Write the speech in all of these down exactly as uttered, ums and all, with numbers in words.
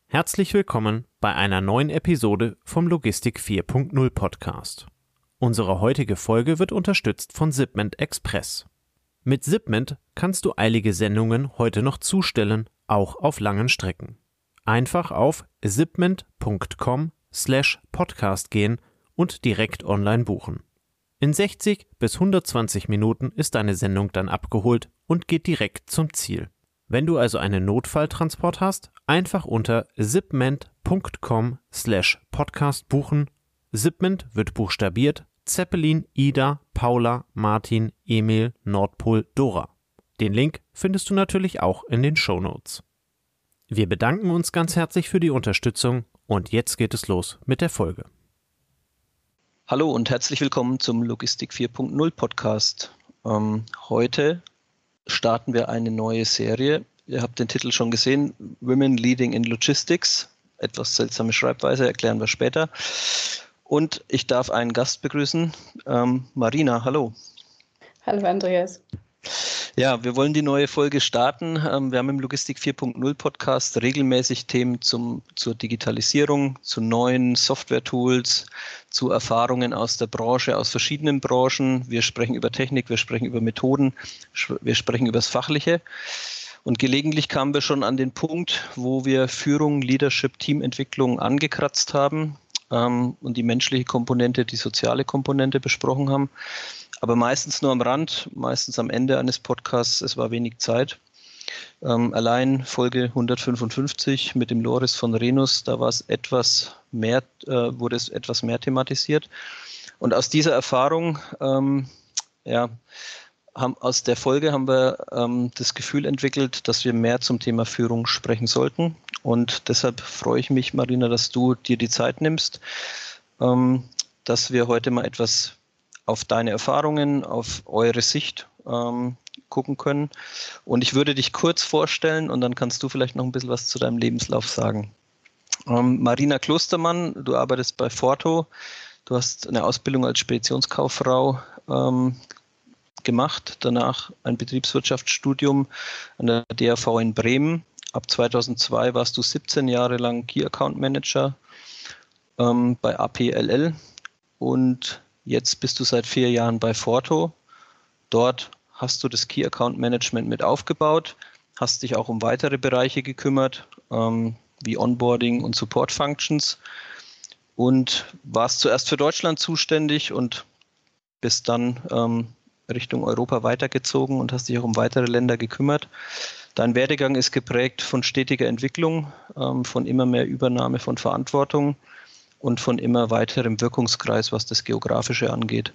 Herzlich willkommen bei einer neuen Episode vom Logistik vier Punkt null Podcast. Unsere heutige Folge wird unterstützt von Zipment Express. Mit Zipment kannst du eilige Sendungen heute noch zustellen, auch auf langen Strecken. Einfach auf zipment punkt com slash podcast gehen und direkt online buchen. In sechzig bis hundertzwanzig Minuten ist deine Sendung dann abgeholt und geht direkt zum Ziel. Wenn du also einen Notfalltransport hast, einfach unter zipment punkt com slash podcast buchen. Zipment wird buchstabiert Zeppelin, Ida, Paula, Martin, Emil, Nordpol, Dora. Den Link findest du natürlich auch in den Shownotes. Wir bedanken uns ganz herzlich für die Unterstützung und jetzt geht es los mit der Folge. Hallo und herzlich willkommen zum Logistik vier Punkt null Podcast. Ähm, heute starten wir eine neue Serie. Ihr habt den Titel schon gesehen, Women Leading in Logistics. Etwas seltsame Schreibweise, erklären wir später. Und ich darf einen Gast begrüßen, ähm, Marina, hallo. Hallo Andreas. Ja, wir wollen die neue Folge starten. Wir haben im Logistik vier Punkt null Podcast regelmäßig Themen zum, zur Digitalisierung, zu neuen Software-Tools, zu Erfahrungen aus der Branche, aus verschiedenen Branchen. Wir sprechen über Technik, wir sprechen über Methoden, wir sprechen über das Fachliche. Und gelegentlich kamen wir schon an den Punkt, wo wir Führung, Leadership, Teamentwicklung angekratzt haben ähm, und die menschliche Komponente, die soziale Komponente besprochen haben. Aber meistens nur am Rand, meistens am Ende eines Podcasts, es war wenig Zeit. Ähm, allein Folge hundertfünfundfünfzig mit dem Loris von Renus, da war es etwas mehr, äh, wurde es etwas mehr thematisiert. Und aus dieser Erfahrung, ähm, ja, haben, aus der Folge haben wir ähm, das Gefühl entwickelt, dass wir mehr zum Thema Führung sprechen sollten. Und deshalb freue ich mich, Marina, dass du dir die Zeit nimmst, ähm, dass wir heute mal etwas auf deine Erfahrungen, auf eure Sicht ähm, gucken können. Und ich würde dich kurz vorstellen und dann kannst du vielleicht noch ein bisschen was zu deinem Lebenslauf sagen. Ähm, Marina Klostermann, du arbeitest bei Forto. Du hast eine Ausbildung als Speditionskauffrau ähm, gemacht, danach ein Betriebswirtschaftsstudium an der D A V in Bremen. Ab zweitausendzwei warst du siebzehn Jahre lang Key Account Manager ähm, bei A P L L und jetzt bist du seit vier Jahren bei Forto. Dort hast du das Key Account Management mit aufgebaut, hast dich auch um weitere Bereiche gekümmert, ähm, wie Onboarding und Support Functions und warst zuerst für Deutschland zuständig und bist dann ähm, Richtung Europa weitergezogen und hast dich auch um weitere Länder gekümmert. Dein Werdegang ist geprägt von stetiger Entwicklung, ähm, von immer mehr Übernahme von Verantwortung und von immer weiterem Wirkungskreis, was das Geografische angeht.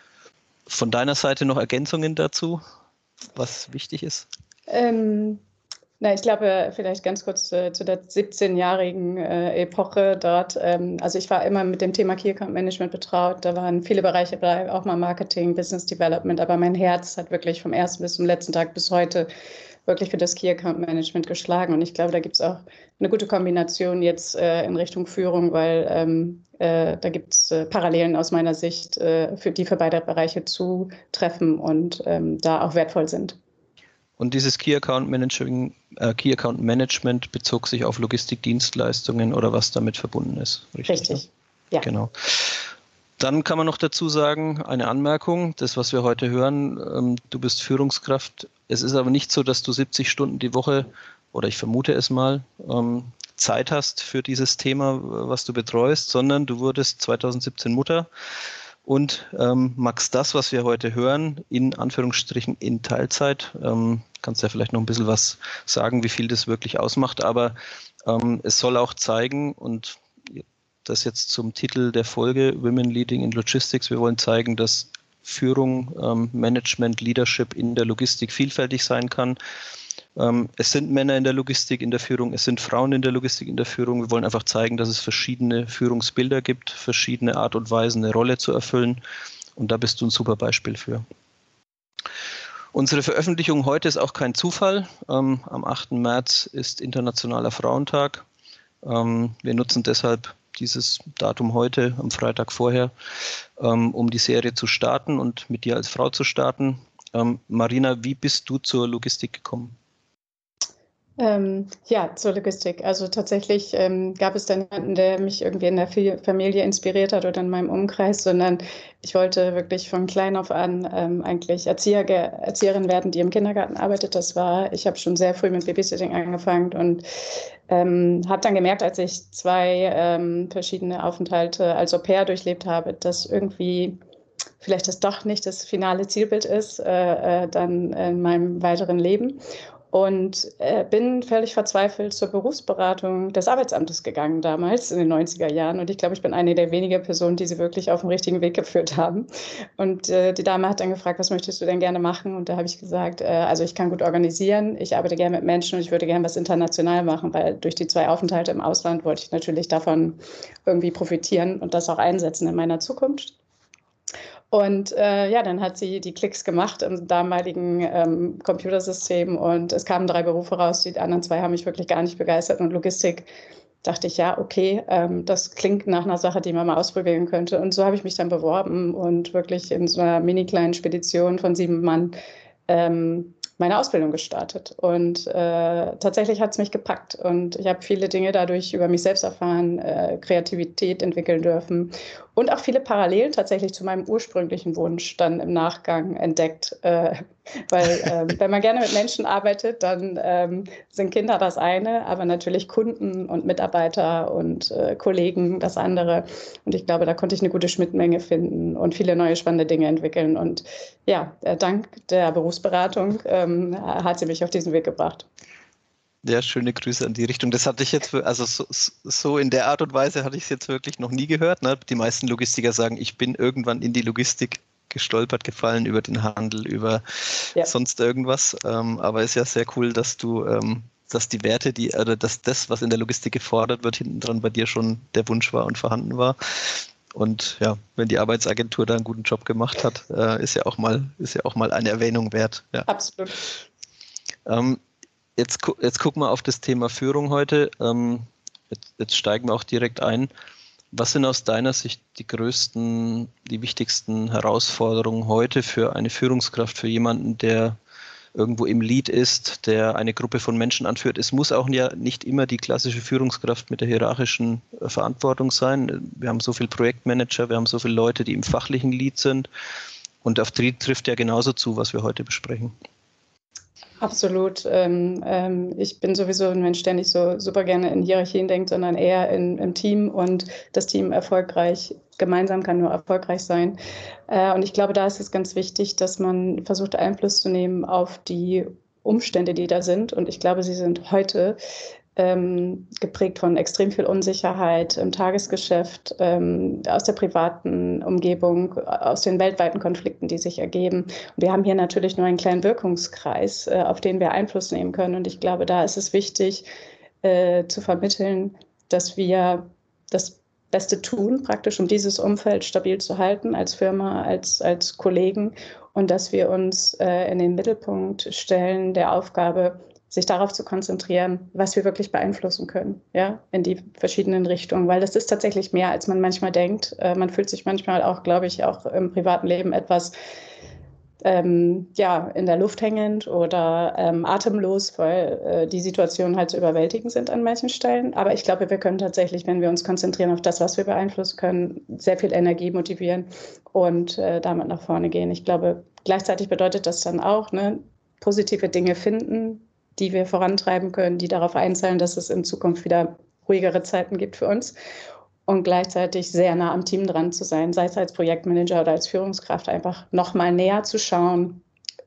Von deiner Seite noch Ergänzungen dazu, was wichtig ist? Ähm, na, ich glaube, vielleicht ganz kurz äh, zu der siebzehnjährigen äh, Epoche dort. Ähm, also ich war immer mit dem Thema Key Account Management betraut. Da waren viele Bereiche dabei, auch mal Marketing, Business Development. Aber mein Herz hat wirklich vom ersten bis zum letzten Tag bis heute wirklich für das Key Account Management geschlagen. Und ich glaube, da gibt es auch eine gute Kombination jetzt äh, in Richtung Führung, weil ähm, äh, da gibt es äh, Parallelen aus meiner Sicht, äh, für die für beide Bereiche zutreffen und ähm, da auch wertvoll sind. Und dieses Key Account Management, äh, Key Account Management bezog sich auf Logistikdienstleistungen oder was damit verbunden ist. Richtig, richtig. Ja. Genau. Dann kann man noch dazu sagen, eine Anmerkung, das, was wir heute hören, ähm, du bist Führungskraft. Es ist aber nicht so, dass du siebzig Stunden die Woche, oder ich vermute es mal, ähm, Zeit hast für dieses Thema, was du betreust, sondern du wurdest zweitausendsiebzehn Mutter und ähm, magst das, was wir heute hören, in Anführungsstrichen in Teilzeit. Ähm, kannst ja vielleicht noch ein bisschen was sagen, wie viel das wirklich ausmacht, aber ähm, es soll auch zeigen und das jetzt zum Titel der Folge, Women Leading in Logistics. Wir wollen zeigen, dass Führung, ähm, Management, Leadership in der Logistik vielfältig sein kann. Ähm, es sind Männer in der Logistik in der Führung, es sind Frauen in der Logistik in der Führung. Wir wollen einfach zeigen, dass es verschiedene Führungsbilder gibt, verschiedene Art und Weisen, eine Rolle zu erfüllen. Und da bist du ein super Beispiel für. Unsere Veröffentlichung heute ist auch kein Zufall. Ähm, am achten März ist Internationaler Frauentag. Ähm, wir nutzen deshalb dieses Datum heute, am Freitag vorher, ähm, um die Serie zu starten und mit dir als Frau zu starten. Ähm, Marina, wie bist du zur Logistik gekommen? Ähm, ja, zur Logistik. Also tatsächlich ähm, gab es dann niemanden, der mich irgendwie in der Fi- Familie inspiriert hat oder in meinem Umkreis, sondern ich wollte wirklich von klein auf an ähm, eigentlich Erzieher, Erzieherin werden, die im Kindergarten arbeitet. Das war, ich habe schon sehr früh mit Babysitting angefangen und ähm, habe dann gemerkt, als ich zwei ähm, verschiedene Aufenthalte als Au-pair durchlebt habe, dass irgendwie vielleicht das doch nicht das finale Zielbild ist, äh, äh, dann in meinem weiteren Leben. Und äh, bin völlig verzweifelt zur Berufsberatung des Arbeitsamtes gegangen damals in den neunziger Jahren. Und ich glaube, ich bin eine der wenigen Personen, die sie wirklich auf den richtigen Weg geführt haben. Und äh, die Dame hat dann gefragt, was möchtest du denn gerne machen? Und da habe ich gesagt, äh, also ich kann gut organisieren, ich arbeite gerne mit Menschen und ich würde gerne was international machen, weil durch die zwei Aufenthalte im Ausland wollte ich natürlich davon irgendwie profitieren und das auch einsetzen in meiner Zukunft. Und äh, ja, dann hat sie die Klicks gemacht im damaligen ähm, Computersystem und es kamen drei Berufe raus. Die anderen zwei haben mich wirklich gar nicht begeistert. Und Logistik dachte ich, ja, okay, ähm, das klingt nach einer Sache, die man mal ausprobieren könnte. Und so habe ich mich dann beworben und wirklich in so einer mini kleinen Spedition von sieben Mann ähm, meine Ausbildung gestartet. Und äh, tatsächlich hat es mich gepackt. Und ich habe viele Dinge dadurch über mich selbst erfahren, äh, Kreativität entwickeln dürfen und auch viele Parallelen tatsächlich zu meinem ursprünglichen Wunsch dann im Nachgang entdeckt. Äh, weil ähm, wenn man gerne mit Menschen arbeitet, dann ähm, sind Kinder das eine, aber natürlich Kunden und Mitarbeiter und äh, Kollegen das andere. Und ich glaube, da konnte ich eine gute Schnittmenge finden und viele neue spannende Dinge entwickeln. Und ja, dank der Berufsberatung ähm, hat sie mich auf diesen Weg gebracht. Ja, schöne Grüße an die Richtung. Das hatte ich jetzt, also so, so in der Art und Weise hatte ich es jetzt wirklich noch nie gehört. Ne? Die meisten Logistiker sagen, ich bin irgendwann in die Logistik gestolpert, gefallen über den Handel, über ja. sonst irgendwas. Ähm, aber es ist ja sehr cool, dass du, ähm, dass die Werte, die, oder dass das, was in der Logistik gefordert wird, hinten dran bei dir schon der Wunsch war und vorhanden war. Und ja, wenn die Arbeitsagentur da einen guten Job gemacht hat, äh, ist ja auch mal, ist ja auch mal eine Erwähnung wert. Ja. Absolut. Ähm, Jetzt, jetzt gucken wir auf das Thema Führung heute. Ähm, jetzt, jetzt steigen wir auch direkt ein. Was sind aus deiner Sicht die größten, die wichtigsten Herausforderungen heute für eine Führungskraft, für jemanden, der irgendwo im Lead ist, der eine Gruppe von Menschen anführt? Es muss auch ja nicht immer die klassische Führungskraft mit der hierarchischen Verantwortung sein. Wir haben so viele Projektmanager, wir haben so viele Leute, die im fachlichen Lead sind. Und auf die trifft ja genauso zu, was wir heute besprechen. Absolut. Ähm, ähm, ich bin sowieso ein Mensch, der nicht so super gerne in Hierarchien denkt, sondern eher in, im Team und das Team erfolgreich, gemeinsam kann nur erfolgreich sein. Äh, und ich glaube, da ist es ganz wichtig, dass man versucht, Einfluss zu nehmen auf die Umstände, die da sind. Und ich glaube, sie sind heute Ähm, geprägt von extrem viel Unsicherheit im Tagesgeschäft, ähm, aus der privaten Umgebung, aus den weltweiten Konflikten, die sich ergeben. Und wir haben hier natürlich nur einen kleinen Wirkungskreis, äh, auf den wir Einfluss nehmen können. Und ich glaube, da ist es wichtig, äh, zu vermitteln, dass wir das Beste tun, praktisch, um dieses Umfeld stabil zu halten, als Firma, als, als Kollegen, und dass wir uns äh, in den Mittelpunkt stellen der Aufgabe, sich darauf zu konzentrieren, was wir wirklich beeinflussen können, ja, in die verschiedenen Richtungen, weil das ist tatsächlich mehr, als man manchmal denkt. Äh, man fühlt sich manchmal auch, glaube ich, auch im privaten Leben etwas ähm, ja, in der Luft hängend oder ähm, atemlos, weil äh, die Situationen halt so überwältigend sind an manchen Stellen. Aber ich glaube, wir können tatsächlich, wenn wir uns konzentrieren auf das, was wir beeinflussen können, sehr viel Energie motivieren und äh, damit nach vorne gehen. Ich glaube, gleichzeitig bedeutet das dann auch, ne, positive Dinge finden, die wir vorantreiben können, die darauf einzahlen, dass es in Zukunft wieder ruhigere Zeiten gibt für uns und gleichzeitig sehr nah am Team dran zu sein, sei es als Projektmanager oder als Führungskraft, einfach noch mal näher zu schauen,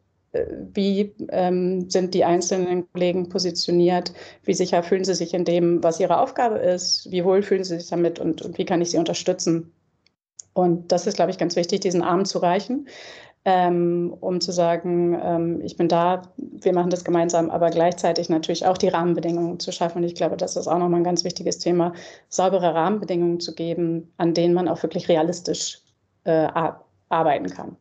wie ähm, sind die einzelnen Kollegen positioniert, wie sicher fühlen sie sich in dem, was ihre Aufgabe ist, wie wohl fühlen sie sich damit und, und wie kann ich sie unterstützen. Und das ist, glaube ich, ganz wichtig, diesen Arm zu reichen, ähm, um zu sagen, ähm, ich bin da, wir machen das gemeinsam, aber gleichzeitig natürlich auch die Rahmenbedingungen zu schaffen. Und ich glaube, das ist auch nochmal ein ganz wichtiges Thema, saubere Rahmenbedingungen zu geben, an denen man auch wirklich realistisch äh, arbeiten kann.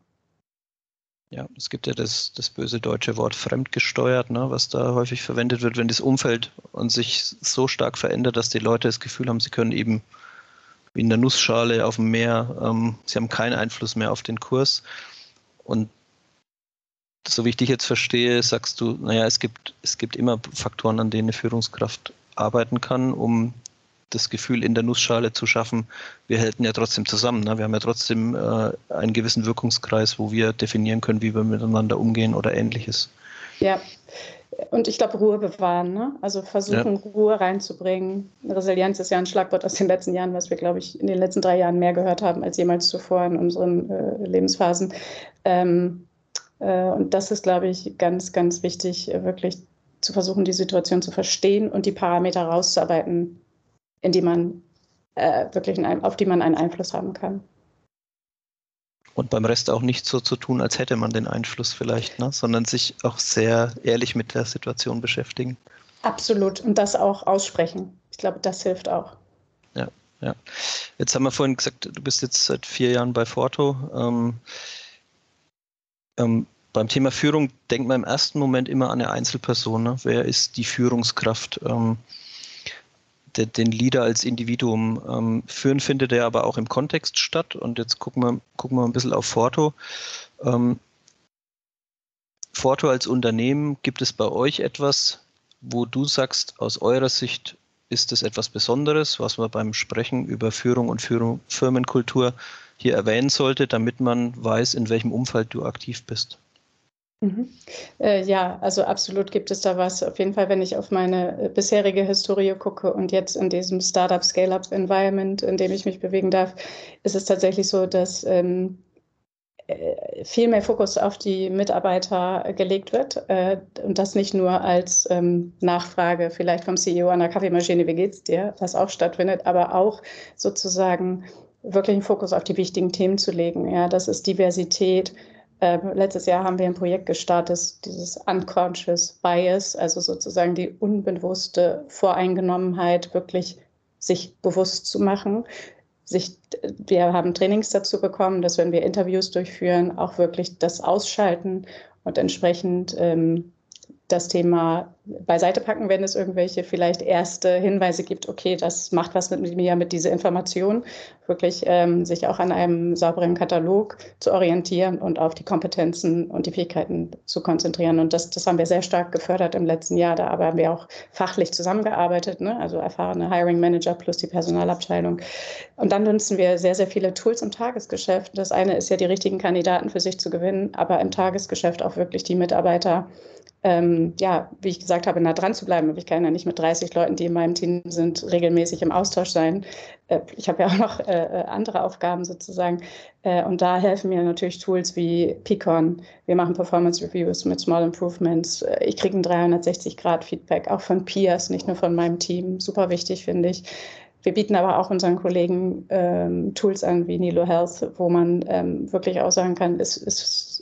Ja, es gibt ja das, das böse deutsche Wort fremdgesteuert, ne, was da häufig verwendet wird, wenn das Umfeld an sich so stark verändert, dass die Leute das Gefühl haben, sie können eben wie in der Nussschale auf dem Meer, ähm, sie haben keinen Einfluss mehr auf den Kurs. Und so wie ich dich jetzt verstehe, sagst du, naja, es gibt, es gibt immer Faktoren, an denen eine Führungskraft arbeiten kann, um das Gefühl in der Nussschale zu schaffen, wir halten ja trotzdem zusammen. Ne? Wir haben ja trotzdem äh, einen gewissen Wirkungskreis, wo wir definieren können, wie wir miteinander umgehen oder Ähnliches. Ja, und ich glaube, Ruhe bewahren, ne? Also versuchen, ja. Ruhe reinzubringen. Resilienz ist ja ein Schlagwort aus den letzten Jahren, was wir, glaube ich, in den letzten drei Jahren mehr gehört haben als jemals zuvor in unseren äh, Lebensphasen. Ähm, äh, und das ist, glaube ich, ganz, ganz wichtig, äh, wirklich zu versuchen, die Situation zu verstehen und die Parameter rauszuarbeiten, in die man äh, wirklich einen, auf die man einen Einfluss haben kann. Und beim Rest auch nicht so zu tun, als hätte man den Einfluss vielleicht, ne? Sondern sich auch sehr ehrlich mit der Situation beschäftigen. Absolut. Und das auch aussprechen. Ich glaube, das hilft auch. Ja, ja. Jetzt haben wir vorhin gesagt, du bist jetzt seit vier Jahren bei Forto. Ähm, ähm, beim Thema Führung denkt man im ersten Moment immer an eine Einzelperson. Ne? Wer ist die Führungskraft? Ähm, der, den Leader als Individuum. Ähm, führen findet er aber auch im Kontext statt. Und jetzt gucken wir, gucken wir ein bisschen auf Forto. Ähm, Forto als Unternehmen, gibt es bei euch etwas, wo du sagst, aus eurer Sicht ist es etwas Besonderes, was man beim Sprechen über Führung und Führung, Firmenkultur hier erwähnen sollte, damit man weiß, in welchem Umfeld du aktiv bist? Mhm. Äh, ja, also absolut gibt es da was. Auf jeden Fall, wenn ich auf meine äh, bisherige Historie gucke und jetzt in diesem Startup, Scale-up-Environment, in dem ich mich bewegen darf, ist es tatsächlich so, dass ähm, äh, viel mehr Fokus auf die Mitarbeiter gelegt wird äh, und das nicht nur als ähm, Nachfrage vielleicht vom C E O an der Kaffeemaschine, wie geht's dir, was auch stattfindet, aber auch sozusagen wirklich einen Fokus auf die wichtigen Themen zu legen. Ja, das ist Diversität. Äh, letztes Jahr haben wir ein Projekt gestartet, dieses Unconscious Bias, also sozusagen die unbewusste Voreingenommenheit, wirklich sich bewusst zu machen. Sich, wir haben Trainings dazu bekommen, dass wenn wir Interviews durchführen, auch wirklich das ausschalten und entsprechend ähm, das Thema beiseite packen, wenn es irgendwelche vielleicht erste Hinweise gibt, okay, das macht was mit mir, mit dieser Information, wirklich ähm, sich auch an einem sauberen Katalog zu orientieren und auf die Kompetenzen und die Fähigkeiten zu konzentrieren. Und das, das haben wir sehr stark gefördert im letzten Jahr. Da haben wir auch fachlich zusammengearbeitet, ne? Also erfahrene Hiring Manager plus die Personalabteilung. Und dann nutzen wir sehr, sehr viele Tools im Tagesgeschäft. Das eine ist ja, die richtigen Kandidaten für sich zu gewinnen, aber im Tagesgeschäft auch wirklich die Mitarbeiter, Ähm, ja, wie ich gesagt habe, nah dran zu bleiben. Ich kann ja nicht mit dreißig Leuten, die in meinem Team sind, regelmäßig im Austausch sein. Äh, ich habe ja auch noch äh, andere Aufgaben sozusagen. Äh, und da helfen mir natürlich Tools wie Peakon. Wir machen Performance Reviews mit Small Improvements. Ich kriege ein dreihundertsechzig Grad Feedback, auch von Peers, nicht nur von meinem Team. Super wichtig, finde ich. Wir bieten aber auch unseren Kollegen ähm, Tools an wie Nilo Health, wo man ähm, wirklich auch sagen kann, es ist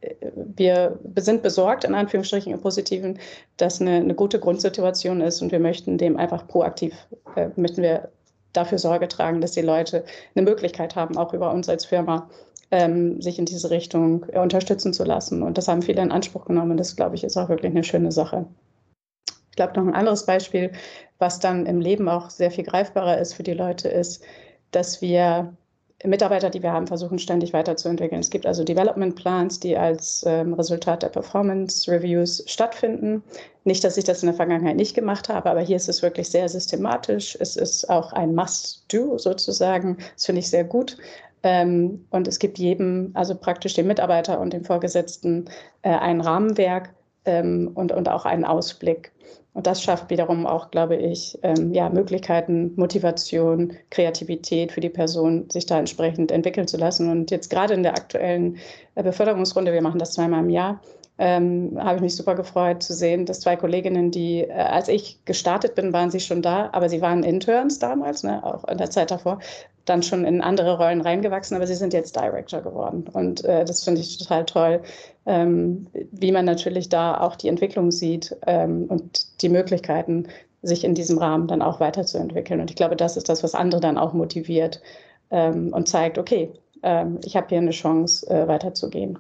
wir sind besorgt, in Anführungsstrichen im Positiven, dass eine, eine gute Grundsituation ist und wir möchten dem einfach proaktiv, äh, möchten wir dafür Sorge tragen, dass die Leute eine Möglichkeit haben, auch über uns als Firma, ähm, sich in diese Richtung äh, unterstützen zu lassen. Und das haben viele in Anspruch genommen und das, glaube ich, ist auch wirklich eine schöne Sache. Ich glaube, noch ein anderes Beispiel, was dann im Leben auch sehr viel greifbarer ist für die Leute, ist, dass wir Mitarbeiter, die wir haben, versuchen ständig weiterzuentwickeln. Es gibt also Development Plans, die als ähm, Resultat der Performance Reviews stattfinden. Nicht, dass ich das in der Vergangenheit nicht gemacht habe, aber hier ist es wirklich sehr systematisch. Es ist auch ein Must-Do sozusagen. Das finde ich sehr gut. Ähm, und es gibt jedem, also praktisch dem Mitarbeiter und dem Vorgesetzten, äh, ein Rahmenwerk ähm, und, und auch einen Ausblick. Und das schafft wiederum auch, glaube ich, ähm, ja, Möglichkeiten, Motivation, Kreativität für die Person, sich da entsprechend entwickeln zu lassen. Und jetzt gerade in der aktuellen äh, Beförderungsrunde, wir machen das zweimal im Jahr, ähm, habe ich mich super gefreut zu sehen, dass zwei Kolleginnen, die, äh, als ich gestartet bin, waren sie schon da, aber sie waren Interns damals, ne, auch in der Zeit davor, dann schon in andere Rollen reingewachsen, aber sie sind jetzt Director geworden. Und äh, das finde ich total toll, ähm, wie man natürlich da auch die Entwicklung sieht ähm, und die Möglichkeiten, sich in diesem Rahmen dann auch weiterzuentwickeln. Und ich glaube, das ist das, was andere dann auch motiviert ähm, und zeigt, okay, ähm, ich habe hier eine Chance, äh, weiterzugehen.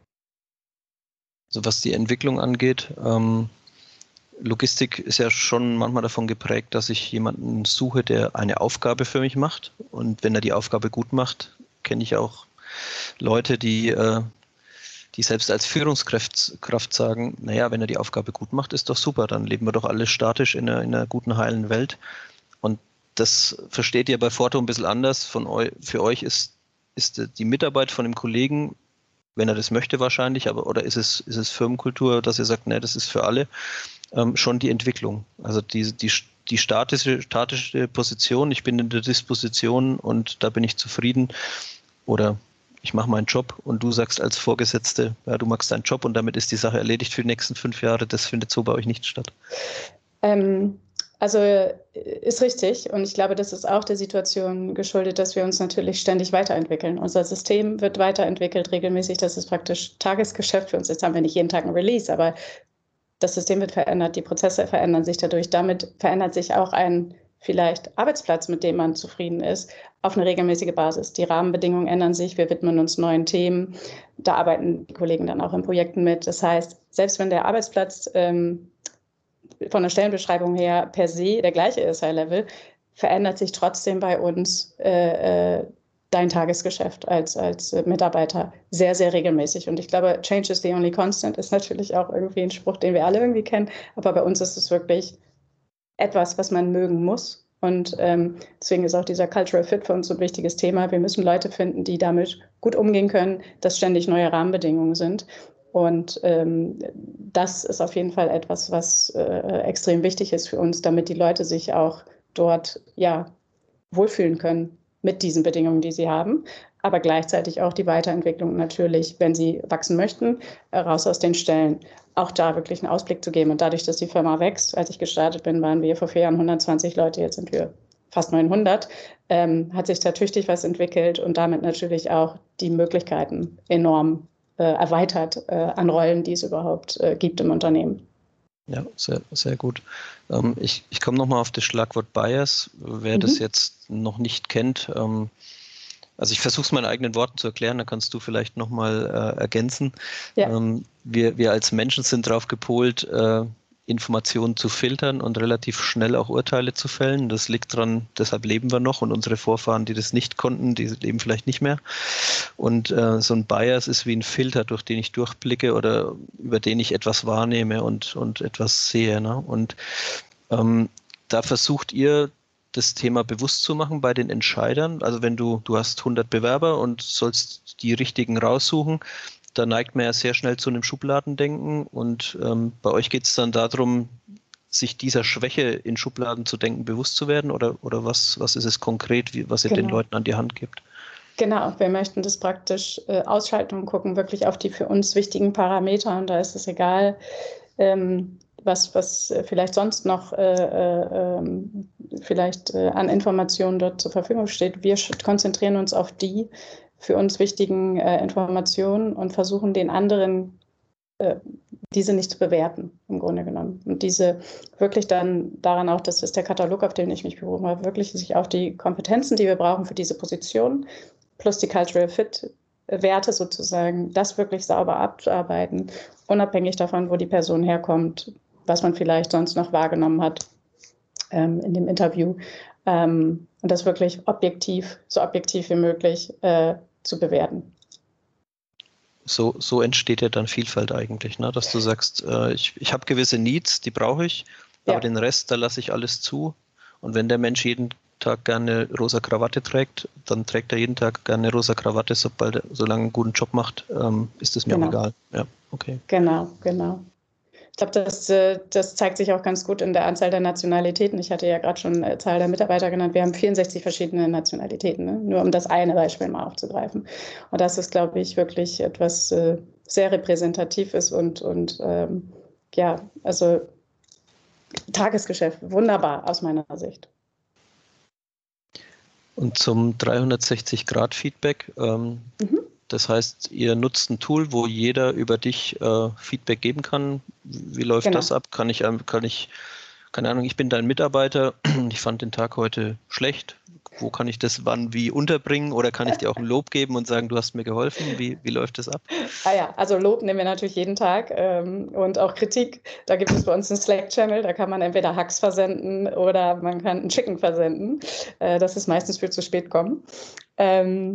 Also was die Entwicklung angeht, ähm Logistik ist ja schon manchmal davon geprägt, dass ich jemanden suche, der eine Aufgabe für mich macht. Und wenn er die Aufgabe gut macht, kenne ich auch Leute, die, äh, die selbst als Führungskraft Kraft sagen, naja, wenn er die Aufgabe gut macht, ist doch super, dann leben wir doch alle statisch in einer, in einer guten, heilen Welt. Und das versteht ihr bei Forto ein bisschen anders. Von eu, für euch ist, ist die Mitarbeit von dem Kollegen, wenn er das möchte wahrscheinlich, aber oder ist es, ist es Firmenkultur, dass ihr sagt, nee, das ist für alle, ähm, schon die Entwicklung. Also die, die, die statische, statische Position, ich bin in der Disposition und da bin ich zufrieden, oder ich mache meinen Job und du sagst als Vorgesetzte, ja, du machst deinen Job und damit ist die Sache erledigt für die nächsten fünf Jahre, das findet so bei euch nicht statt. Ähm, also ist richtig und ich glaube, das ist auch der Situation geschuldet, dass wir uns natürlich ständig weiterentwickeln. Unser System wird weiterentwickelt regelmäßig, das ist praktisch Tagesgeschäft für uns. Jetzt haben wir nicht jeden Tag ein Release, aber das System wird verändert, die Prozesse verändern sich dadurch. Damit verändert sich auch ein vielleicht Arbeitsplatz, mit dem man zufrieden ist, auf eine regelmäßige Basis. Die Rahmenbedingungen ändern sich, wir widmen uns neuen Themen, da arbeiten die Kollegen dann auch in Projekten mit. Das heißt, selbst wenn der Arbeitsplatz ähm, von der Stellenbeschreibung her per se der gleiche ist, High Level, verändert sich trotzdem bei uns äh, dein Tagesgeschäft als, als Mitarbeiter sehr, sehr regelmäßig. Und ich glaube, Change is the only constant ist natürlich auch irgendwie ein Spruch, den wir alle irgendwie kennen. Aber bei uns ist es wirklich etwas, was man mögen muss. Und ähm, deswegen ist auch dieser Cultural Fit für uns so ein wichtiges Thema. Wir müssen Leute finden, die damit gut umgehen können, dass ständig neue Rahmenbedingungen sind. Und ähm, das ist auf jeden Fall etwas, was äh, extrem wichtig ist für uns, damit die Leute sich auch dort ja, wohlfühlen können mit diesen Bedingungen, die sie haben. Aber gleichzeitig auch die Weiterentwicklung natürlich, wenn sie wachsen möchten, raus aus den Stellen, auch da wirklich einen Ausblick zu geben. Und dadurch, dass die Firma wächst, als ich gestartet bin, waren wir vor vier Jahren hundertzwanzig Leute, jetzt sind wir fast neunhundert, ähm, hat sich da tüchtig was entwickelt und damit natürlich auch die Möglichkeiten enorm äh, erweitert äh, an Rollen, die es überhaupt äh, gibt im Unternehmen. Ja, sehr, sehr gut. Ähm, ich ich komme nochmal auf das Schlagwort Bias. Wer mhm. das jetzt noch nicht kennt, ähm, also ich versuche es meinen eigenen Worten zu erklären, da kannst du vielleicht nochmal äh, ergänzen. Ja. Ähm, wir, wir als Menschen sind darauf gepolt, äh, Informationen zu filtern und relativ schnell auch Urteile zu fällen. Das liegt dran, deshalb leben wir noch und unsere Vorfahren, die das nicht konnten, die leben vielleicht nicht mehr. Und äh, so ein Bias ist wie ein Filter, durch den ich durchblicke oder über den ich etwas wahrnehme und, und etwas sehe. Ne? Und ähm, da versucht ihr, das Thema bewusst zu machen bei den Entscheidern. Also wenn du, du hast hundert Bewerber und sollst die richtigen raussuchen, da neigt man ja sehr schnell zu einem Schubladendenken und ähm, bei euch geht es dann darum, sich dieser Schwäche in Schubladen zu denken bewusst zu werden oder, oder was, was ist es konkret, wie, was ihr genau. den Leuten an die Hand gibt? Genau, wir möchten das praktisch äh, ausschalten und gucken wirklich auf die für uns wichtigen Parameter und da ist es egal, ähm, was, was vielleicht sonst noch äh, äh, vielleicht äh, an Informationen dort zur Verfügung steht. Wir konzentrieren uns auf die für uns wichtigen äh, Informationen und versuchen den anderen, äh, diese nicht zu bewerten, im Grunde genommen. Und diese wirklich dann daran auch, das ist der Katalog, auf den ich mich berufen habe, wirklich sich auf die Kompetenzen, die wir brauchen für diese Position, plus die Cultural Fit Werte sozusagen, das wirklich sauber abzuarbeiten, unabhängig davon, wo die Person herkommt, was man vielleicht sonst noch wahrgenommen hat ähm, in dem Interview. Ähm, und das wirklich objektiv, so objektiv wie möglich äh, zu bewerten. So, so entsteht ja dann Vielfalt eigentlich, ne? Dass du sagst, äh, ich, ich habe gewisse Needs, die brauche ich, aber ja. den Rest, da lasse ich alles zu. Und wenn der Mensch jeden Tag gerne rosa Krawatte trägt, dann trägt er jeden Tag gerne rosa Krawatte, sobald er, solange er einen guten Job macht, ähm, ist es mir genau. auch egal. Ja, okay. Genau, genau. Ich glaube, das, das zeigt sich auch ganz gut in der Anzahl der Nationalitäten. Ich hatte ja gerade schon eine Zahl der Mitarbeiter genannt. Wir haben vierundsechzig verschiedene Nationalitäten, ne? Nur um das eine Beispiel mal aufzugreifen. Und das ist, glaube ich, wirklich etwas äh, sehr Repräsentatives und, und ähm, ja, also Tagesgeschäft, wunderbar aus meiner Sicht. Und zum dreihundertsechzig Grad Feedback, ähm, mhm. das heißt, ihr nutzt ein Tool, wo jeder über dich äh, Feedback geben kann. Wie läuft genau. das ab? Kann ich, kann ich, keine Ahnung, ich bin dein Mitarbeiter, ich fand den Tag heute schlecht. Wo kann ich das wann wie unterbringen oder kann ich dir auch ein Lob geben und sagen, du hast mir geholfen? Wie, wie läuft das ab? Ah ja, also Lob nehmen wir natürlich jeden Tag ähm, und auch Kritik. Da gibt es bei uns einen Slack-Channel, da kann man entweder Hacks versenden oder man kann einen Chicken versenden. Äh, das ist meistens für zu spät kommen. Ähm,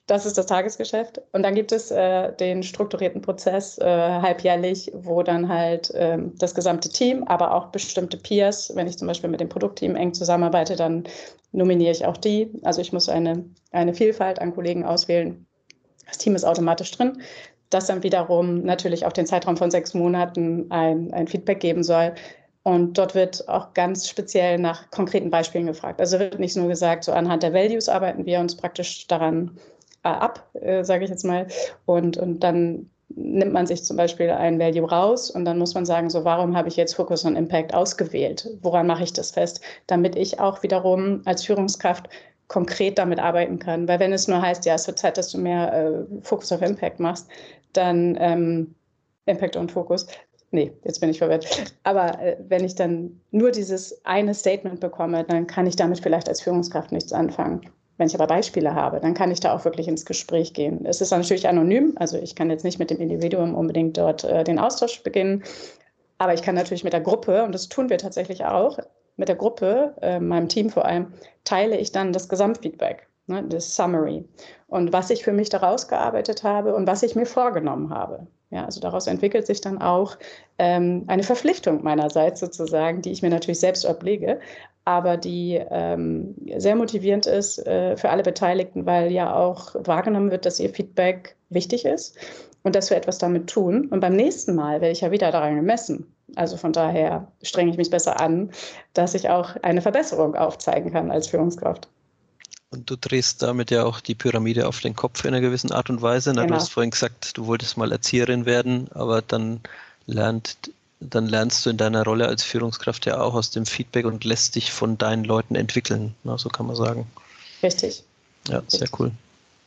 Das ist das Tagesgeschäft. Und dann gibt es äh, den strukturierten Prozess äh, halbjährlich, wo dann halt äh, das gesamte Team, aber auch bestimmte Peers, wenn ich zum Beispiel mit dem Produktteam eng zusammenarbeite, dann nominiere ich auch die. Also ich muss eine, eine Vielfalt an Kollegen auswählen. Das Team ist automatisch drin, das dann wiederum natürlich auf den Zeitraum von sechs Monaten ein, ein Feedback geben soll. Und dort wird auch ganz speziell nach konkreten Beispielen gefragt. Also wird nicht nur gesagt, so anhand der Values arbeiten wir uns praktisch daran äh, ab, äh, sage ich jetzt mal. Und, und dann nimmt man sich zum Beispiel ein Value raus und dann muss man sagen, so warum habe ich jetzt Focus on Impact ausgewählt? Woran mache ich das fest? Damit ich auch wiederum als Führungskraft konkret damit arbeiten kann. Weil wenn es nur heißt, ja, es wird Zeit, dass du mehr äh, Focus auf Impact machst, dann ähm, Impact und Fokus. Nee, jetzt bin ich verwirrt. Aber äh, wenn ich dann nur dieses eine Statement bekomme, dann kann ich damit vielleicht als Führungskraft nichts anfangen. Wenn ich aber Beispiele habe, dann kann ich da auch wirklich ins Gespräch gehen. Es ist natürlich anonym, also ich kann jetzt nicht mit dem Individuum unbedingt dort äh, den Austausch beginnen, aber ich kann natürlich mit der Gruppe, und das tun wir tatsächlich auch, mit der Gruppe, äh, meinem Team vor allem, teile ich dann das Gesamtfeedback, ne, das Summary und was ich für mich daraus gearbeitet habe und was ich mir vorgenommen habe. Ja, also daraus entwickelt sich dann auch ähm, eine Verpflichtung meinerseits sozusagen, die ich mir natürlich selbst oblege, aber die ähm, sehr motivierend ist äh, für alle Beteiligten, weil ja auch wahrgenommen wird, dass ihr Feedback wichtig ist und dass wir etwas damit tun. Und beim nächsten Mal werde ich ja wieder daran gemessen. Also von daher strenge ich mich besser an, dass ich auch eine Verbesserung aufzeigen kann als Führungskraft. Und du drehst damit ja auch die Pyramide auf den Kopf in einer gewissen Art und Weise. Na, genau. Du hast vorhin gesagt, du wolltest mal Erzieherin werden, aber dann, lernt, dann lernst du in deiner Rolle als Führungskraft ja auch aus dem Feedback und lässt dich von deinen Leuten entwickeln. Na, so kann man sagen. Richtig. Ja, sehr Richtig. Cool.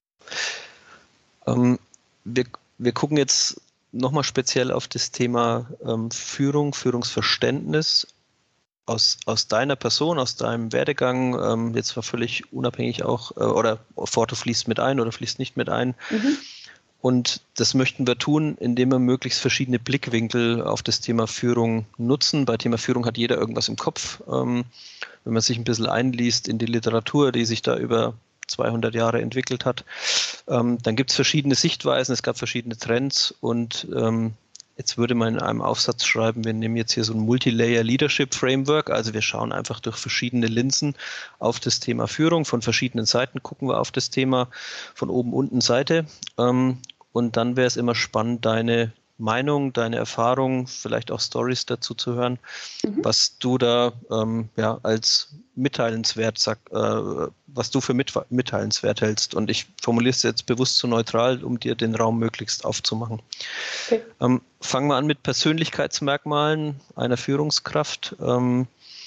Ähm, wir, wir gucken jetzt nochmal speziell auf das Thema ähm, Führung, Führungsverständnis. Aus, aus deiner Person, aus deinem Werdegang, ähm, jetzt war völlig unabhängig auch, äh, oder Forto fließt mit ein oder fließt nicht mit ein. Mhm. Und das möchten wir tun, indem wir möglichst verschiedene Blickwinkel auf das Thema Führung nutzen. Bei Thema Führung hat jeder irgendwas im Kopf. Ähm, wenn man sich ein bisschen einliest in die Literatur, die sich da über zweihundert Jahre entwickelt hat, ähm, dann gibt es verschiedene Sichtweisen, es gab verschiedene Trends und ähm, jetzt würde man in einem Aufsatz schreiben, wir nehmen jetzt hier so ein Multilayer Leadership Framework, also wir schauen einfach durch verschiedene Linsen auf das Thema Führung, von verschiedenen Seiten gucken wir auf das Thema, von oben, unten, Seite ähm, und dann wäre es immer spannend, deine Meinung, deine Erfahrung, vielleicht auch Stories dazu zu hören, mhm. was du da ähm, ja, als mitteilenswert sag, äh, was du für mit, mitteilenswert hältst. Und ich formuliere es jetzt bewusst so neutral, um dir den Raum möglichst aufzumachen. Okay. Ähm, fangen wir an mit Persönlichkeitsmerkmalen einer Führungskraft. Ähm,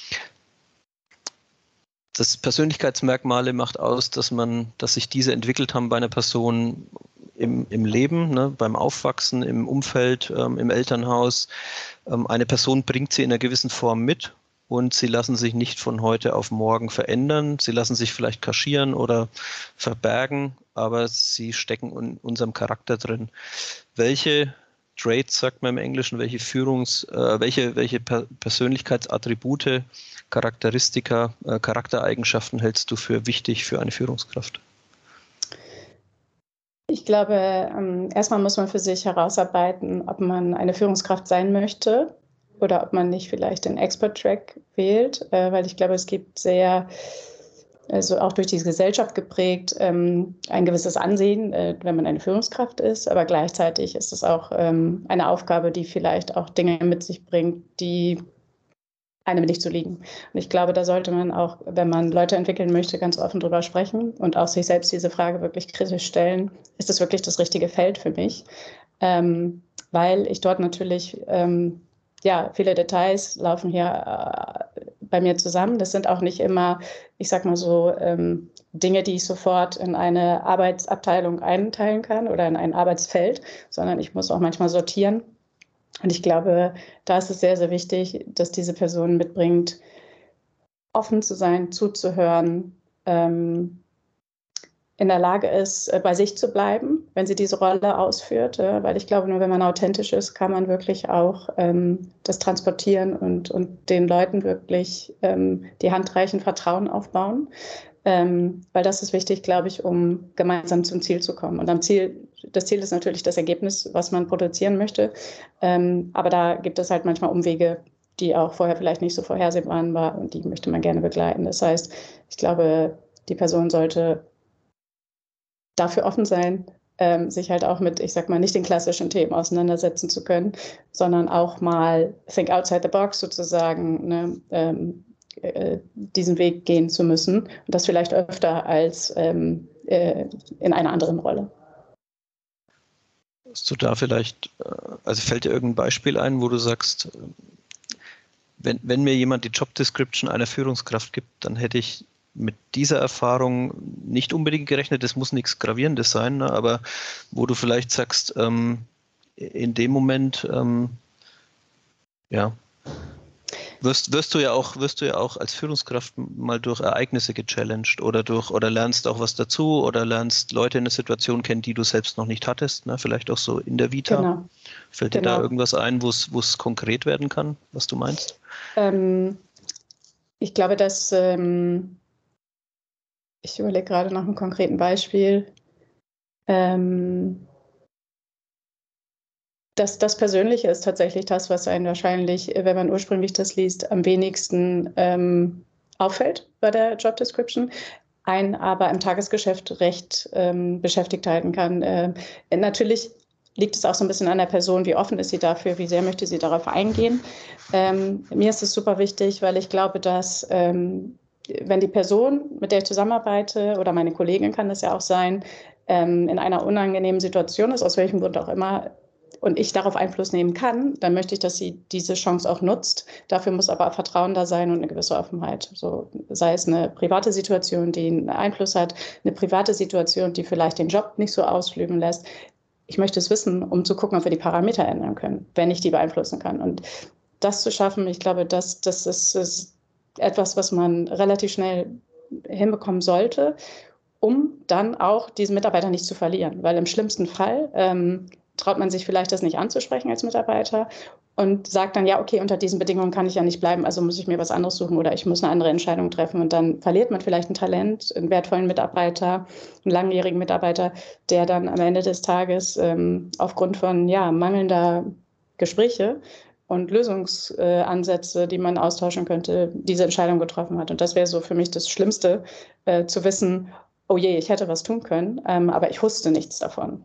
das Persönlichkeitsmerkmale macht aus, dass man, dass sich diese entwickelt haben bei einer Person im, im Leben, ne, beim Aufwachsen, im Umfeld, ähm, im Elternhaus. Ähm, eine Person bringt sie in einer gewissen Form mit und sie lassen sich nicht von heute auf morgen verändern. Sie lassen sich vielleicht kaschieren oder verbergen, aber sie stecken in unserem Charakter drin. Welche Traits, sagt man im Englischen, welche Führungs-, äh, welche, welche Per- Persönlichkeitsattribute, Charakteristika, äh, Charaktereigenschaften hältst du für wichtig für eine Führungskraft? Ich glaube, ähm, erstmal muss man für sich herausarbeiten, ob man eine Führungskraft sein möchte oder ob man nicht vielleicht den Expert-Track wählt, äh, weil ich glaube, es gibt sehr, also auch durch diese Gesellschaft geprägt, ähm, ein gewisses Ansehen, äh, wenn man eine Führungskraft ist, aber gleichzeitig ist es auch ähm, eine Aufgabe, die vielleicht auch Dinge mit sich bringt, die einem nicht zu liegen. Und ich glaube, da sollte man auch, wenn man Leute entwickeln möchte, ganz offen drüber sprechen und auch sich selbst diese Frage wirklich kritisch stellen, ist das wirklich das richtige Feld für mich? Ähm, weil ich dort natürlich, ähm, ja, viele Details laufen hier äh, bei mir zusammen. Das sind auch nicht immer, ich sag mal so, ähm, Dinge, die ich sofort in eine Arbeitsabteilung einteilen kann oder in ein Arbeitsfeld, sondern ich muss auch manchmal sortieren. Und ich glaube, da ist es sehr, sehr wichtig, dass diese Person mitbringt, offen zu sein, zuzuhören, ähm, in der Lage ist, bei sich zu bleiben, wenn sie diese Rolle ausführt. Weil ich glaube, nur wenn man authentisch ist, kann man wirklich auch ähm, das transportieren und, und den Leuten wirklich ähm, die Hand reichen, Vertrauen aufbauen. Ähm, weil das ist wichtig, glaube ich, um gemeinsam zum Ziel zu kommen. Und am Ziel, das Ziel ist natürlich das Ergebnis, was man produzieren möchte. Ähm, aber da gibt es halt manchmal Umwege, die auch vorher vielleicht nicht so vorhersehbar waren und die möchte man gerne begleiten. Das heißt, ich glaube, die Person sollte dafür offen sein, ähm, sich halt auch mit, ich sag mal, nicht den klassischen Themen auseinandersetzen zu können, sondern auch mal think outside the box sozusagen, ne, ähm, äh, diesen Weg gehen zu müssen und das vielleicht öfter als ähm, äh, in einer anderen Rolle. Hast du da vielleicht, also fällt dir irgendein Beispiel ein, wo du sagst, wenn, wenn mir jemand die Job Description einer Führungskraft gibt, dann hätte ich mit dieser Erfahrung nicht unbedingt gerechnet, das muss nichts Gravierendes sein, ne, aber wo du vielleicht sagst, ähm, in dem Moment, ähm, ja, wirst, wirst du ja auch, wirst du ja auch als Führungskraft mal durch Ereignisse gechallenged oder durch, oder lernst auch was dazu oder lernst Leute in einer Situation kennen, die du selbst noch nicht hattest, ne, vielleicht auch so in der Vita. Genau. Fällt dir Genau. da irgendwas ein, wo es, wo es konkret werden kann, was du meinst? Ähm, ich glaube, dass ähm, ich überlege gerade nach einem konkreten Beispiel. Ähm, das, das Persönliche ist tatsächlich das, was einen wahrscheinlich, wenn man ursprünglich das liest, am wenigsten ähm, auffällt bei der Job Description, einen aber im Tagesgeschäft recht ähm, beschäftigt halten kann. Äh, natürlich liegt es auch so ein bisschen an der Person, wie offen ist sie dafür, wie sehr möchte sie darauf eingehen. Ähm, mir ist es super wichtig, weil ich glaube, dass ähm, wenn die Person, mit der ich zusammenarbeite, oder meine Kollegin kann das ja auch sein, ähm, in einer unangenehmen Situation ist, aus welchem Grund auch immer, und ich darauf Einfluss nehmen kann, dann möchte ich, dass sie diese Chance auch nutzt. Dafür muss aber Vertrauen da sein und eine gewisse Offenheit. So, sei es eine private Situation, die einen Einfluss hat, eine private Situation, die vielleicht den Job nicht so ausflügen lässt. Ich möchte es wissen, um zu gucken, ob wir die Parameter ändern können, wenn ich die beeinflussen kann. Und das zu schaffen, ich glaube, das, das ist, ist etwas, was man relativ schnell hinbekommen sollte, um dann auch diesen Mitarbeiter nicht zu verlieren. Weil im schlimmsten Fall ähm, traut man sich vielleicht, das nicht anzusprechen als Mitarbeiter und sagt dann, ja, okay, unter diesen Bedingungen kann ich ja nicht bleiben, also muss ich mir was anderes suchen oder ich muss eine andere Entscheidung treffen. Und dann verliert man vielleicht ein Talent, einen wertvollen Mitarbeiter, einen langjährigen Mitarbeiter, der dann am Ende des Tages ähm, aufgrund von ja, mangelnder Gespräche und Lösungsansätze, die man austauschen könnte, diese Entscheidung getroffen hat. Und das wäre so für mich das Schlimmste, äh, zu wissen, oh je, ich hätte was tun können, ähm, aber ich wusste nichts davon.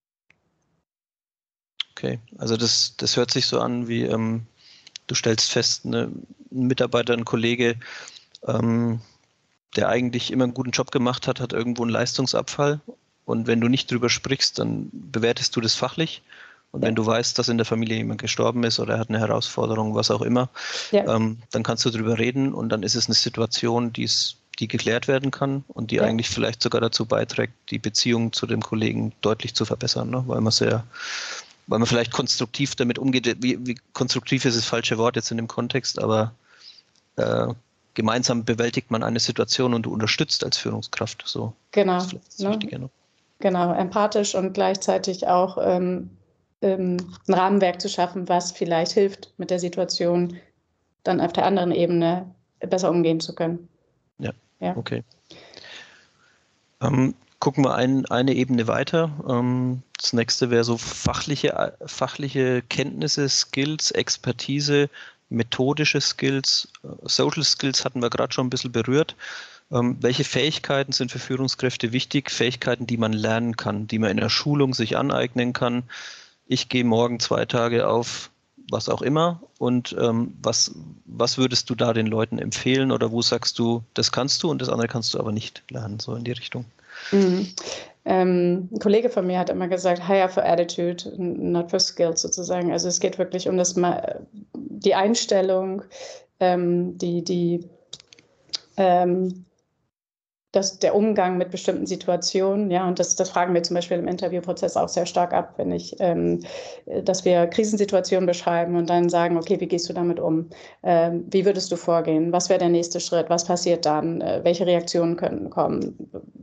Okay, also das, das hört sich so an, wie ähm, du stellst fest, ne, ein Mitarbeiter, ein Kollege, ähm, der eigentlich immer einen guten Job gemacht hat, hat irgendwo einen Leistungsabfall. Und wenn du nicht drüber sprichst, dann bewertest du das fachlich. Und ja. wenn du weißt, dass in der Familie jemand gestorben ist oder er hat eine Herausforderung, was auch immer, ja. ähm, dann kannst du drüber reden und dann ist es eine Situation, die ist die geklärt werden kann und die ja. eigentlich vielleicht sogar dazu beiträgt, die Beziehung zu dem Kollegen deutlich zu verbessern, ne? Weil man sehr, weil man vielleicht konstruktiv damit umgeht. Wie, wie konstruktiv ist das falsche Wort jetzt in dem Kontext, aber äh, gemeinsam bewältigt man eine Situation und du unterstützt als Führungskraft. So. Genau. Das ist das ne? Wichtige, ne? Genau, empathisch und gleichzeitig auch ähm, ähm, ein Rahmenwerk zu schaffen, was vielleicht hilft, mit der Situation dann auf der anderen Ebene besser umgehen zu können. Ja, ja. okay. Ähm, gucken wir ein, eine Ebene weiter. Ähm, das nächste wäre so fachliche, fachliche Kenntnisse, Skills, Expertise, methodische Skills, Social Skills hatten wir gerade schon ein bisschen berührt. Ähm, welche Fähigkeiten sind für Führungskräfte wichtig? Fähigkeiten, die man lernen kann, die man in der Schulung sich aneignen kann. Ich gehe morgen zwei Tage auf was auch immer und ähm, was, was würdest du da den Leuten empfehlen oder wo sagst du, das kannst du und das andere kannst du aber nicht lernen, so in die Richtung? Mhm. Ähm, ein Kollege von mir hat immer gesagt, hire for attitude, not for skills sozusagen. Also es geht wirklich um das, die Einstellung, ähm, die, die ähm, Das, der Umgang mit bestimmten Situationen, ja, und das, das fragen wir zum Beispiel im Interviewprozess auch sehr stark ab, wenn ich, ähm, dass wir Krisensituationen beschreiben und dann sagen, okay, wie gehst du damit um? Ähm, wie würdest du vorgehen? Was wäre der nächste Schritt? Was passiert dann? Äh, welche Reaktionen könnten kommen?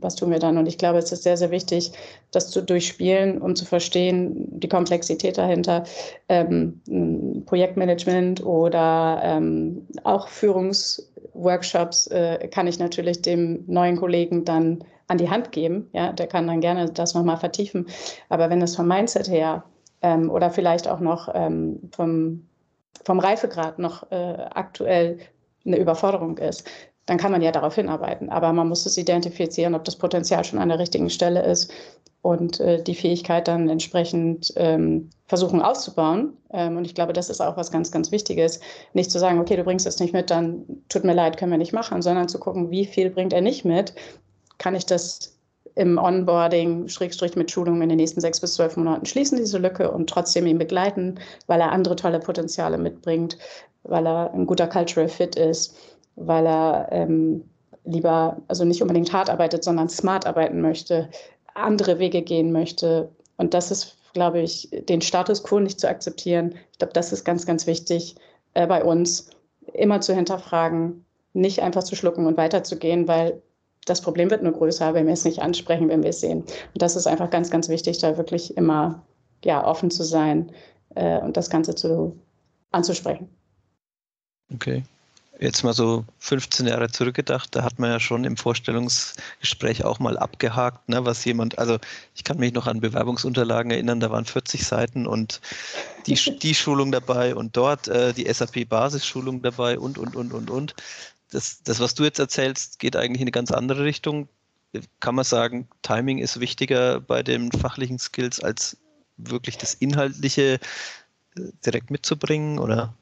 was tun wir dann? Und ich glaube, es ist sehr, sehr wichtig, das zu durchspielen, um zu verstehen, die Komplexität dahinter. Ähm, Projektmanagement oder ähm, auch Führungsworkshops äh, kann ich natürlich dem neuen Kollegen dann an die Hand geben. Ja, der kann dann gerne das nochmal vertiefen. Aber wenn es vom Mindset her ähm, oder vielleicht auch noch ähm, vom, vom Reifegrad noch äh, aktuell eine Überforderung ist, dann kann man ja darauf hinarbeiten. Aber man muss es identifizieren, ob das Potenzial schon an der richtigen Stelle ist und äh, die Fähigkeit dann entsprechend ähm, versuchen auszubauen. Ähm, und ich glaube, das ist auch was ganz, ganz Wichtiges. Nicht zu sagen, okay, du bringst es nicht mit, dann tut mir leid, können wir nicht machen, sondern zu gucken, wie viel bringt er nicht mit? Kann ich das im Onboarding, Schrägstrich mit Schulungen in den nächsten sechs bis zwölf Monaten schließen, diese Lücke, und trotzdem ihn begleiten, weil er andere tolle Potenziale mitbringt, weil er ein guter Cultural Fit ist, weil er ähm, lieber, also nicht unbedingt hart arbeitet, sondern smart arbeiten möchte, andere Wege gehen möchte. Und das ist, glaube ich, den Status quo nicht zu akzeptieren. Ich glaube, das ist ganz, ganz wichtig äh, bei uns, immer zu hinterfragen, nicht einfach zu schlucken und weiterzugehen, weil das Problem wird nur größer, wenn wir es nicht ansprechen, wenn wir es sehen. Und das ist einfach ganz, ganz wichtig, da wirklich immer ja, offen zu sein äh, und das Ganze zu, anzusprechen. Okay. Jetzt mal so fünfzehn Jahre zurückgedacht, da hat man ja schon im Vorstellungsgespräch auch mal abgehakt, ne, was jemand, also ich kann mich noch an Bewerbungsunterlagen erinnern, da waren vierzig Seiten und die, die Schulung dabei und dort äh, die S A P-Basisschulung dabei und, und, und, und, und. Das, das, was du jetzt erzählst, geht eigentlich in eine ganz andere Richtung. Kann man sagen, Timing ist wichtiger bei den fachlichen Skills, als wirklich das Inhaltliche direkt mitzubringen, oder?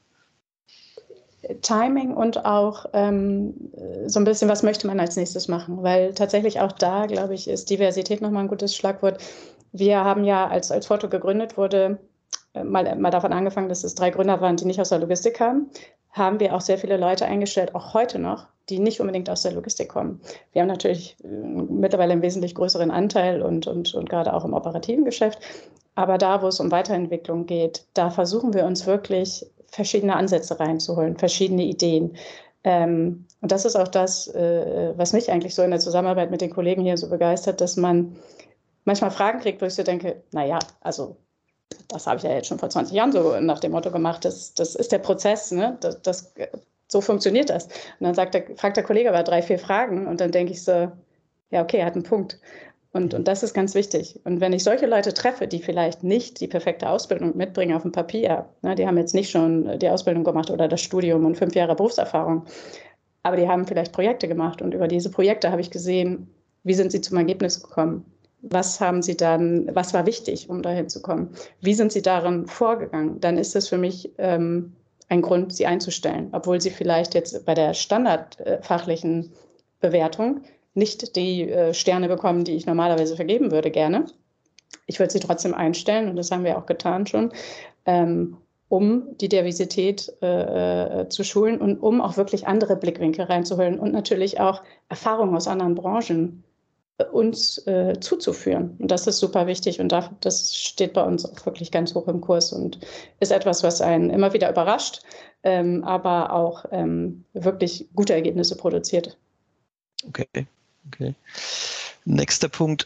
Timing und auch ähm, so ein bisschen, was möchte man als nächstes machen? Weil tatsächlich auch da, glaube ich, ist Diversität nochmal ein gutes Schlagwort. Wir haben ja, als, als Forto gegründet wurde, mal, mal davon angefangen, dass es drei Gründer waren, die nicht aus der Logistik kamen, haben wir auch sehr viele Leute eingestellt, auch heute noch, die nicht unbedingt aus der Logistik kommen. Wir haben natürlich äh, mittlerweile einen wesentlich größeren Anteil und, und, und gerade auch im operativen Geschäft. Aber da, wo es um Weiterentwicklung geht, da versuchen wir uns wirklich verschiedene Ansätze reinzuholen, verschiedene Ideen. Ähm, und das ist auch das, äh, was mich eigentlich so in der Zusammenarbeit mit den Kollegen hier so begeistert, dass man manchmal Fragen kriegt, wo ich so denke, naja, also das habe ich ja jetzt schon vor zwanzig Jahren so nach dem Motto gemacht, das, das ist der Prozess, ne? das, das, so funktioniert das. Und dann sagt der, fragt der Kollege aber drei, vier Fragen und dann denke ich so, ja okay, er hat einen Punkt. Und, und das ist ganz wichtig. Und wenn ich solche Leute treffe, die vielleicht nicht die perfekte Ausbildung mitbringen auf dem Papier, ne, die haben jetzt nicht schon die Ausbildung gemacht oder das Studium und fünf Jahre Berufserfahrung, aber die haben vielleicht Projekte gemacht und über diese Projekte habe ich gesehen, wie sind sie zum Ergebnis gekommen? Was haben sie dann, was war wichtig, um dahin zu kommen? Wie sind sie darin vorgegangen? Dann ist das für mich ähm, ein Grund, sie einzustellen, obwohl sie vielleicht jetzt bei der standardfachlichen Bewertung nicht die äh, Sterne bekommen, die ich normalerweise vergeben würde, gerne. Ich würde sie trotzdem einstellen, und das haben wir auch getan schon, ähm, um die Diversität äh, zu schulen und um auch wirklich andere Blickwinkel reinzuholen und natürlich auch Erfahrungen aus anderen Branchen äh, uns äh, zuzuführen. Und das ist super wichtig, und da, das steht bei uns auch wirklich ganz hoch im Kurs und ist etwas, was einen immer wieder überrascht, ähm, aber auch ähm, wirklich gute Ergebnisse produziert. Okay. Okay. Nächster Punkt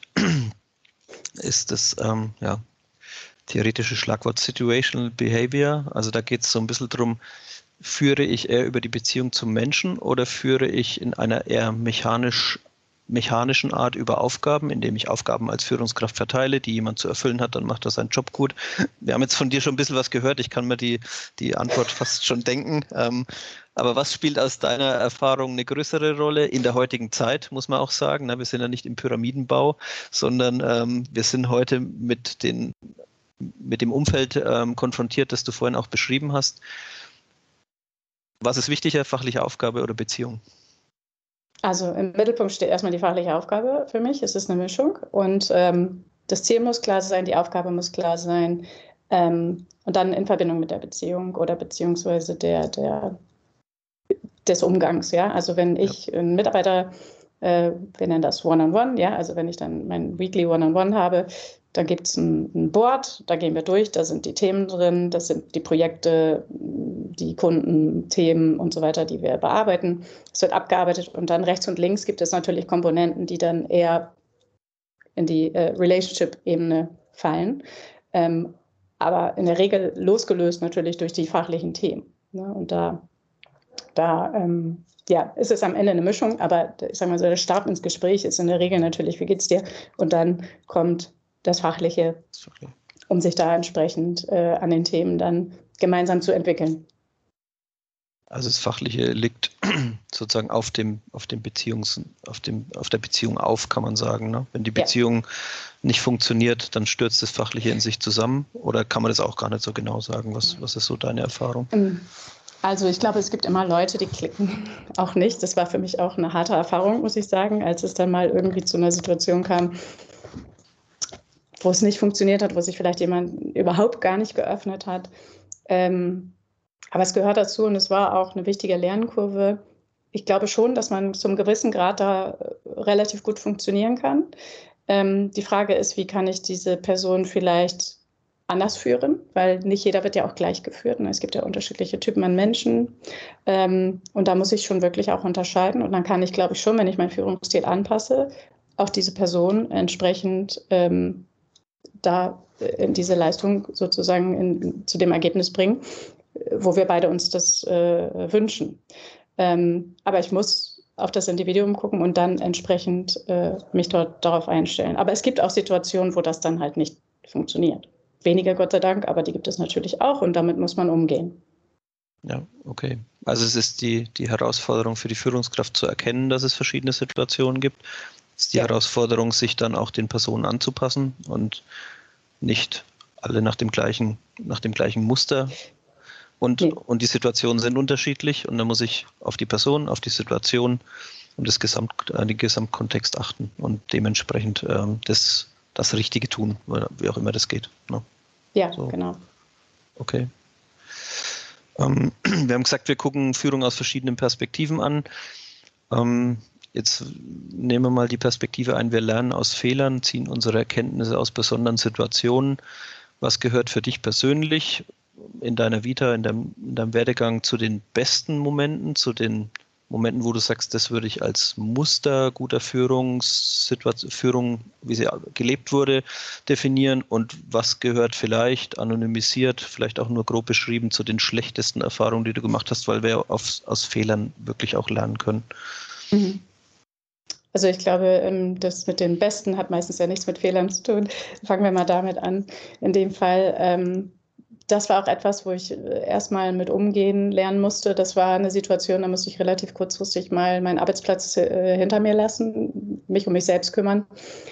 ist das ähm, ja, theoretische Schlagwort Situational Behavior. Also da geht es so ein bisschen darum, führe ich eher über die Beziehung zum Menschen oder führe ich in einer eher mechanisch, mechanischen Art über Aufgaben, indem ich Aufgaben als Führungskraft verteile, die jemand zu erfüllen hat, dann macht er seinen Job gut. Wir haben jetzt von dir schon ein bisschen was gehört, ich kann mir die, die Antwort fast schon denken. Ähm, aber was spielt aus deiner Erfahrung eine größere Rolle in der heutigen Zeit, muss man auch sagen? Wir sind ja nicht im Pyramidenbau, sondern ähm, wir sind heute mit, den, mit dem Umfeld ähm, konfrontiert, das du vorhin auch beschrieben hast. Was ist wichtiger, fachliche Aufgabe oder Beziehung? Also im Mittelpunkt steht erstmal die fachliche Aufgabe für mich. Es ist eine Mischung und ähm, das Ziel muss klar sein, die Aufgabe muss klar sein ähm, und dann in Verbindung mit der Beziehung oder beziehungsweise der, der, des Umgangs. Ja? Also wenn ich ja. einen Mitarbeiter, äh, wir nennen das One-on-One, ja, also wenn ich dann mein Weekly One-on-One habe, Da gibt es ein, ein Board, da gehen wir durch, da sind die Themen drin, das sind die Projekte, die Kunden, Themen und so weiter, die wir bearbeiten. Es wird abgearbeitet und dann rechts und links gibt es natürlich Komponenten, die dann eher in die äh, Relationship-Ebene fallen. Ähm, aber in der Regel losgelöst natürlich durch die fachlichen Themen. Ne? Und da, da ähm, ja, ist es am Ende eine Mischung, aber ich sage mal so, der Start ins Gespräch ist in der Regel natürlich, wie geht's dir? Und dann kommt das Fachliche, um sich da entsprechend äh, an den Themen dann gemeinsam zu entwickeln. Also das Fachliche liegt sozusagen auf dem, auf dem Beziehungs, auf dem, auf der Beziehung auf, kann man sagen. Ne? Wenn die Beziehung ja. nicht funktioniert, dann stürzt das Fachliche in sich zusammen. Oder kann man das auch gar nicht so genau sagen? Was, was ist so deine Erfahrung? Also ich glaube, es gibt immer Leute, die klicken auch nicht. Das war für mich auch eine harte Erfahrung, muss ich sagen, als es dann mal irgendwie zu einer Situation kam, wo es nicht funktioniert hat, wo sich vielleicht jemand überhaupt gar nicht geöffnet hat. Ähm, aber es gehört dazu und es war auch eine wichtige Lernkurve. Ich glaube schon, dass man zum gewissen Grad da relativ gut funktionieren kann. Ähm, die Frage ist, wie kann ich diese Person vielleicht anders führen, weil nicht jeder wird ja auch gleich geführt. Ne? Es gibt ja unterschiedliche Typen an Menschen ähm, und da muss ich schon wirklich auch unterscheiden und dann kann ich, glaube ich, schon, wenn ich meinen Führungsstil anpasse, auch diese Person entsprechend ähm, da in diese Leistung sozusagen in, zu dem Ergebnis bringen, wo wir beide uns das äh, wünschen. Ähm, aber ich muss auf das Individuum gucken und dann entsprechend äh, mich dort darauf einstellen. Aber es gibt auch Situationen, wo das dann halt nicht funktioniert. Weniger, Gott sei Dank, aber die gibt es natürlich auch und damit muss man umgehen. Ja, okay. Also es ist die, die Herausforderung für die Führungskraft zu erkennen, dass es verschiedene Situationen gibt. Es ist die ja. Herausforderung, sich dann auch den Personen anzupassen und nicht alle nach dem gleichen, nach dem gleichen Muster. Und, nee. und die Situationen sind unterschiedlich und da muss ich auf die Person, auf die Situation und das Gesamt, äh, den Gesamtkontext achten und dementsprechend ähm, das, das Richtige tun, wie auch immer das geht. Ne? Ja, so. Genau. Okay. Ähm, wir haben gesagt, wir gucken Führung aus verschiedenen Perspektiven an. Ähm, jetzt nehmen wir mal die Perspektive ein, wir lernen aus Fehlern, ziehen unsere Erkenntnisse aus besonderen Situationen. Was gehört für dich persönlich in deiner Vita, in deinem, in deinem Werdegang zu den besten Momenten, zu den Momenten, wo du sagst, das würde ich als Muster guter Führungssituation, Führung, wie sie gelebt wurde, definieren und was gehört vielleicht anonymisiert, vielleicht auch nur grob beschrieben zu den schlechtesten Erfahrungen, die du gemacht hast, weil wir auf, aus Fehlern wirklich auch lernen können. Mhm. Also ich glaube, das mit den Besten hat meistens ja nichts mit Fehlern zu tun. Fangen wir mal damit an. In dem Fall, das war auch etwas, wo ich erstmal mit umgehen lernen musste. Das war eine Situation, da musste ich relativ kurzfristig mal meinen Arbeitsplatz hinter mir lassen, mich um mich selbst kümmern.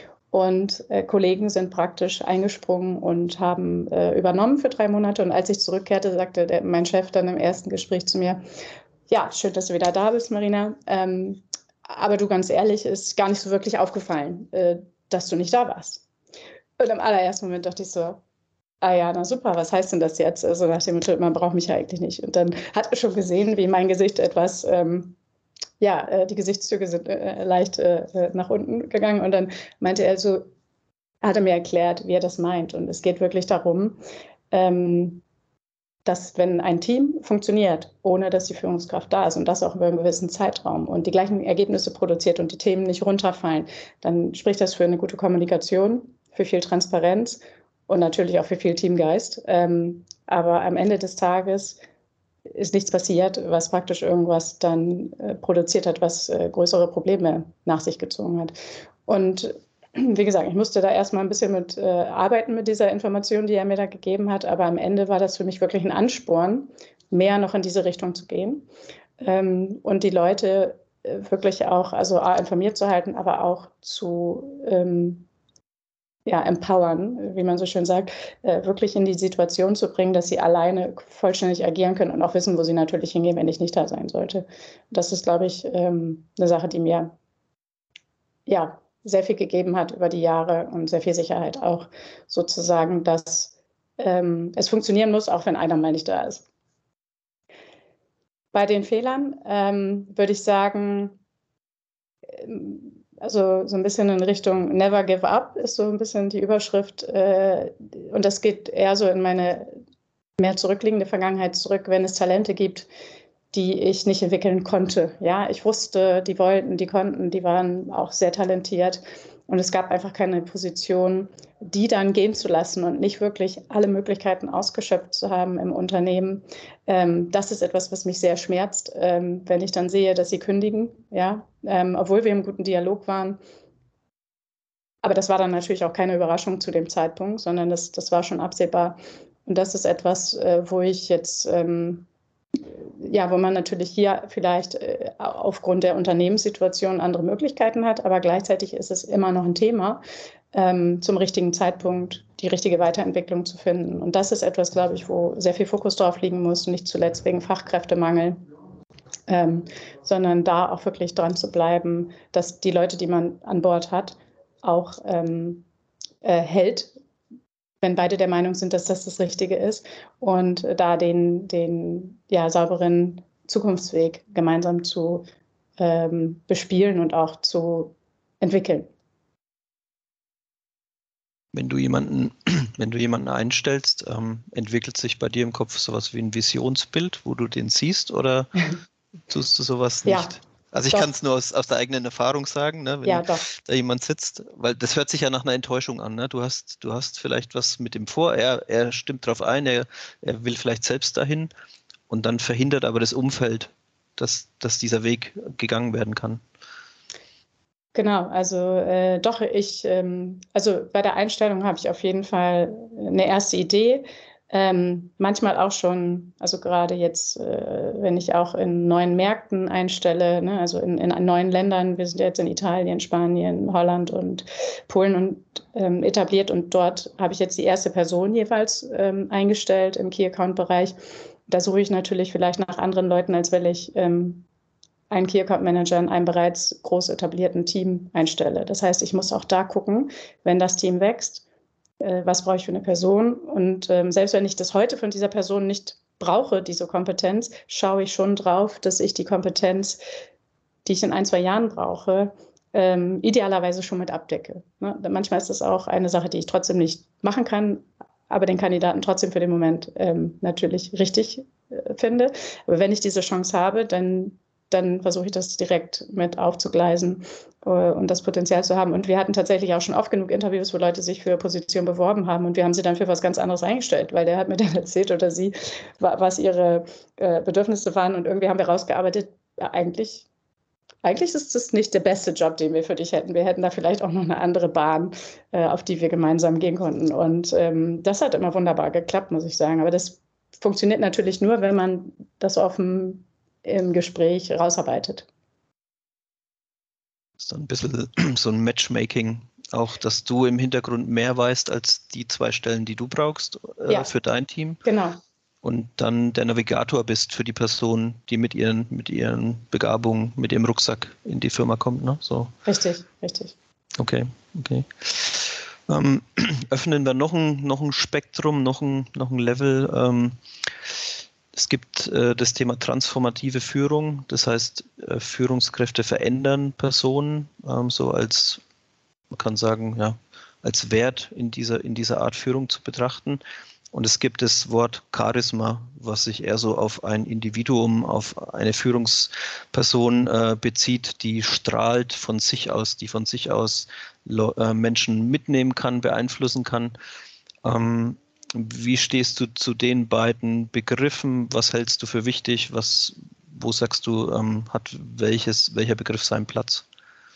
Und Kollegen sind praktisch eingesprungen und haben übernommen für drei Monate. Und als ich zurückkehrte, sagte der, mein Chef dann im ersten Gespräch zu mir, ja, schön, dass du wieder da bist, Marina. Ähm, aber du, ganz ehrlich, ist gar nicht so wirklich aufgefallen, äh, dass du nicht da warst. Und im allerersten Moment dachte ich so, ah ja, na super, was heißt denn das jetzt? Also nach dem Motto, man braucht mich ja eigentlich nicht. Und dann hat er schon gesehen, wie mein Gesicht etwas, ähm, ja, äh, die Gesichtszüge sind äh, leicht äh, nach unten gegangen. Und dann meinte er so, hat er mir erklärt, wie er das meint. Und es geht wirklich darum, ähm, dass wenn ein Team funktioniert, ohne dass die Führungskraft da ist und das auch über einen gewissen Zeitraum und die gleichen Ergebnisse produziert und die Themen nicht runterfallen, dann spricht das für eine gute Kommunikation, für viel Transparenz und natürlich auch für viel Teamgeist. Ähm, aber am Ende des Tages ist nichts passiert, was praktisch irgendwas dann äh, produziert hat, was äh, größere Probleme nach sich gezogen hat. Und wie gesagt, ich musste da erstmal ein bisschen mit äh, arbeiten mit dieser Information, die er mir da gegeben hat, aber am Ende war das für mich wirklich ein Ansporn, mehr noch in diese Richtung zu gehen ähm, und die Leute äh, wirklich auch, also A, informiert zu halten, aber auch zu ähm, ja, empowern, wie man so schön sagt, äh, wirklich in die Situation zu bringen, dass sie alleine vollständig agieren können und auch wissen, wo sie natürlich hingehen, wenn ich nicht da sein sollte. Das ist, glaube ich, ähm, eine Sache, die mir ja sehr viel gegeben hat über die Jahre und sehr viel Sicherheit auch sozusagen, dass ähm, es funktionieren muss, auch wenn einer mal nicht da ist. Bei den Fehlern ähm, würde ich sagen, ähm, also so ein bisschen in Richtung Never Give Up ist so ein bisschen die Überschrift. Äh, und das geht eher so in meine mehr zurückliegende Vergangenheit zurück, wenn es Talente gibt, die ich nicht entwickeln konnte. Ja, ich wusste, die wollten, die konnten, die waren auch sehr talentiert. Und es gab einfach keine Position, die dann gehen zu lassen und nicht wirklich alle Möglichkeiten ausgeschöpft zu haben im Unternehmen. Ähm, das ist etwas, was mich sehr schmerzt, ähm, wenn ich dann sehe, dass sie kündigen, ja, ähm, obwohl wir im guten Dialog waren. Aber das war dann natürlich auch keine Überraschung zu dem Zeitpunkt, sondern das, das war schon absehbar. Und das ist etwas, äh, wo ich jetzt, ähm, ja, wo man natürlich hier vielleicht äh, aufgrund der Unternehmenssituation andere Möglichkeiten hat, aber gleichzeitig ist es immer noch ein Thema, ähm, zum richtigen Zeitpunkt die richtige Weiterentwicklung zu finden. Und das ist etwas, glaube ich, wo sehr viel Fokus drauf liegen muss, nicht zuletzt wegen Fachkräftemangel. Ähm, sondern da auch wirklich dran zu bleiben, dass die Leute, die man an Bord hat, auch ähm, äh, hält, wenn beide der Meinung sind, dass das das Richtige ist und da den, den ja, sauberen Zukunftsweg gemeinsam zu ähm, bespielen und auch zu entwickeln. Wenn du jemanden, wenn du jemanden einstellst, ähm, entwickelt sich bei dir im Kopf sowas wie ein Visionsbild, wo du den siehst, oder tust du sowas nicht? Ja, also ich kann es nur aus, aus der eigenen Erfahrung sagen, ne, wenn ja, doch. da jemand sitzt, weil das hört sich ja nach einer Enttäuschung an. Ne? Du hast, du hast vielleicht was mit ihm vor, er, er stimmt drauf ein, er, er will vielleicht selbst dahin und dann verhindert aber das Umfeld, dass, dass dieser Weg gegangen werden kann. Genau, also äh, doch, ich, ähm, also bei der Einstellung habe ich auf jeden Fall eine erste Idee. Ähm, manchmal auch schon, also gerade jetzt, äh, wenn ich auch in neuen Märkten einstelle, ne, also in, in neuen Ländern, wir sind jetzt in Italien, Spanien, Holland und Polen und ähm, etabliert und dort habe ich jetzt die erste Person jeweils ähm, eingestellt im Key-Account-Bereich. Da suche ich natürlich vielleicht nach anderen Leuten, als wenn ich ähm, einen Key-Account-Manager in einem bereits groß etablierten Team einstelle. Das heißt, ich muss auch da gucken, wenn das Team wächst, äh, was brauche ich für eine Person? Und ähm, selbst wenn ich das heute von dieser Person nicht brauche, diese Kompetenz, schaue ich schon drauf, dass ich die Kompetenz, die ich in ein, zwei Jahren brauche, ähm, idealerweise schon mit abdecke. Ne? Manchmal ist das auch eine Sache, die ich trotzdem nicht machen kann, aber den Kandidaten trotzdem für den Moment ähm, natürlich richtig äh, finde. Aber wenn ich diese Chance habe, dann dann versuche ich das direkt mit aufzugleisen äh, und das Potenzial zu haben. Und wir hatten tatsächlich auch schon oft genug Interviews, wo Leute sich für Positionen beworben haben und wir haben sie dann für was ganz anderes eingestellt, weil der hat mir dann erzählt oder sie, was ihre äh, Bedürfnisse waren und irgendwie haben wir rausgearbeitet, ja, eigentlich, eigentlich ist das nicht der beste Job, den wir für dich hätten. Wir hätten da vielleicht auch noch eine andere Bahn, äh, auf die wir gemeinsam gehen konnten. Und ähm, das hat immer wunderbar geklappt, muss ich sagen. Aber das funktioniert natürlich nur, wenn man das auf dem im Gespräch rausarbeitet. Das ist dann ein bisschen so ein Matchmaking, auch dass du im Hintergrund mehr weißt als die zwei Stellen, die du brauchst äh, Ja, für dein Team. genau. Und dann der Navigator bist für die Person, die mit ihren, mit ihren Begabungen, mit ihrem Rucksack in die Firma kommt. Ne? So. Richtig, richtig. Okay, okay. Ähm, öffnen wir noch ein, noch ein Spektrum, noch ein, noch ein Level. Ähm, Es gibt äh, das Thema transformative Führung, das heißt, äh, Führungskräfte verändern Personen, ähm, so als, man kann sagen, ja, als Wert in dieser, in dieser Art Führung zu betrachten. Und es gibt das Wort Charisma, was sich eher so auf ein Individuum, auf eine Führungsperson äh, bezieht, die strahlt von sich aus, die von sich aus äh, Menschen mitnehmen kann, beeinflussen kann. Ähm, Wie stehst du zu den beiden Begriffen? Was hältst du für wichtig? Was, wo sagst du, ähm, hat welches, welcher Begriff seinen Platz?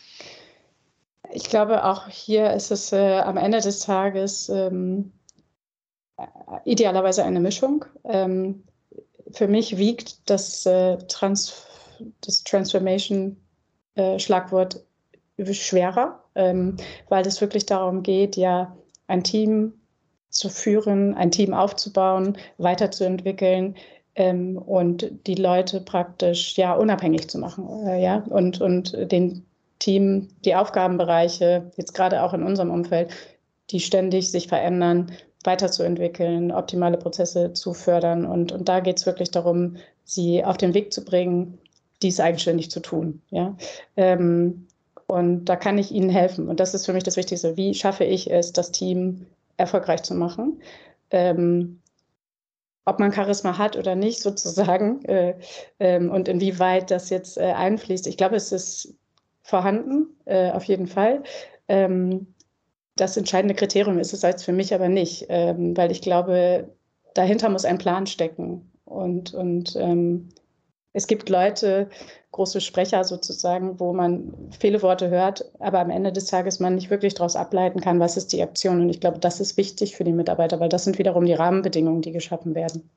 Ich glaube, auch hier ist es äh, am Ende des Tages ähm, idealerweise eine Mischung. Ähm, für mich wiegt das, äh, Trans das Transformation-Schlagwort äh, schwerer, ähm, weil es wirklich darum geht, ja, ein Team zu führen, ein Team aufzubauen, weiterzuentwickeln ähm, und die Leute praktisch ja unabhängig zu machen, äh, ja, und, und den Team, die Aufgabenbereiche, jetzt gerade auch in unserem Umfeld, die ständig sich verändern, weiterzuentwickeln, optimale Prozesse zu fördern. Und, und da geht es wirklich darum, sie auf den Weg zu bringen, dies eigenständig zu tun. Ja? Ähm, Und da kann ich ihnen helfen. Und das ist für mich das Wichtigste. Wie schaffe ich es, das Team erfolgreich zu machen? Ähm, ob man Charisma hat oder nicht sozusagen äh, ähm, und inwieweit das jetzt äh, einfließt. Ich glaube, es ist vorhanden, äh, auf jeden Fall. Ähm, das entscheidende Kriterium ist es als für mich aber nicht, ähm, weil ich glaube, dahinter muss ein Plan stecken. Und, und ähm, es gibt Leute, große Sprecher sozusagen, wo man viele Worte hört, aber am Ende des Tages man nicht wirklich daraus ableiten kann, was ist die Aktion. Und ich glaube, das ist wichtig für die Mitarbeiter, weil das sind wiederum die Rahmenbedingungen, die geschaffen werden.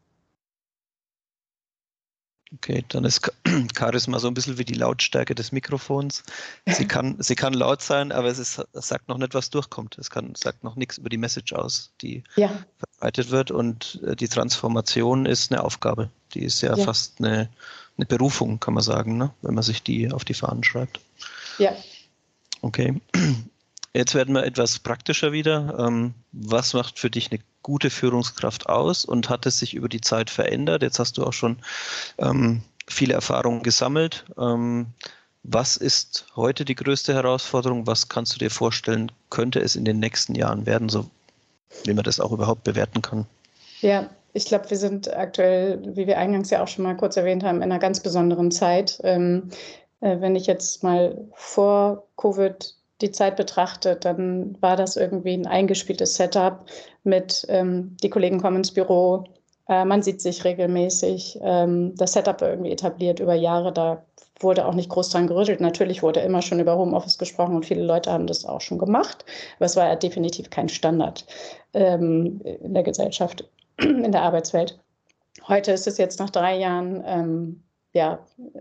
Okay, dann ist Charisma so ein bisschen wie die Lautstärke des Mikrofons. Sie kann, sie kann laut sein, aber es, ist, es sagt noch nicht, was durchkommt. Es kann, sagt noch nichts über die Message aus, die ja. verbreitet wird. Und die Transformation ist eine Aufgabe. Die ist ja, ja. fast eine, eine Berufung, kann man sagen, ne? Wenn man sich die auf die Fahnen schreibt. Ja. Okay. Jetzt werden wir etwas praktischer wieder. Ähm, was macht für dich eine gute Führungskraft aus und hat es sich über die Zeit verändert? Jetzt hast du auch schon ähm, viele Erfahrungen gesammelt. Ähm, was ist heute die größte Herausforderung? Was kannst du dir vorstellen, könnte es in den nächsten Jahren werden, so wie man das auch überhaupt bewerten kann? Ja, ich glaube, wir sind aktuell, wie wir eingangs ja auch schon mal kurz erwähnt haben, in einer ganz besonderen Zeit. Ähm, äh, wenn ich jetzt mal vor Covid die Zeit betrachtet, dann war das irgendwie ein eingespieltes Setup mit, ähm, die Kollegen kommen ins Büro, äh, man sieht sich regelmäßig, ähm, das Setup war irgendwie etabliert über Jahre, da wurde auch nicht groß dran gerüttelt. Natürlich wurde immer schon über Homeoffice gesprochen und viele Leute haben das auch schon gemacht, aber es war ja definitiv kein Standard ähm, in der Gesellschaft, in der Arbeitswelt. Heute ist es jetzt nach drei Jahren, ähm, ja,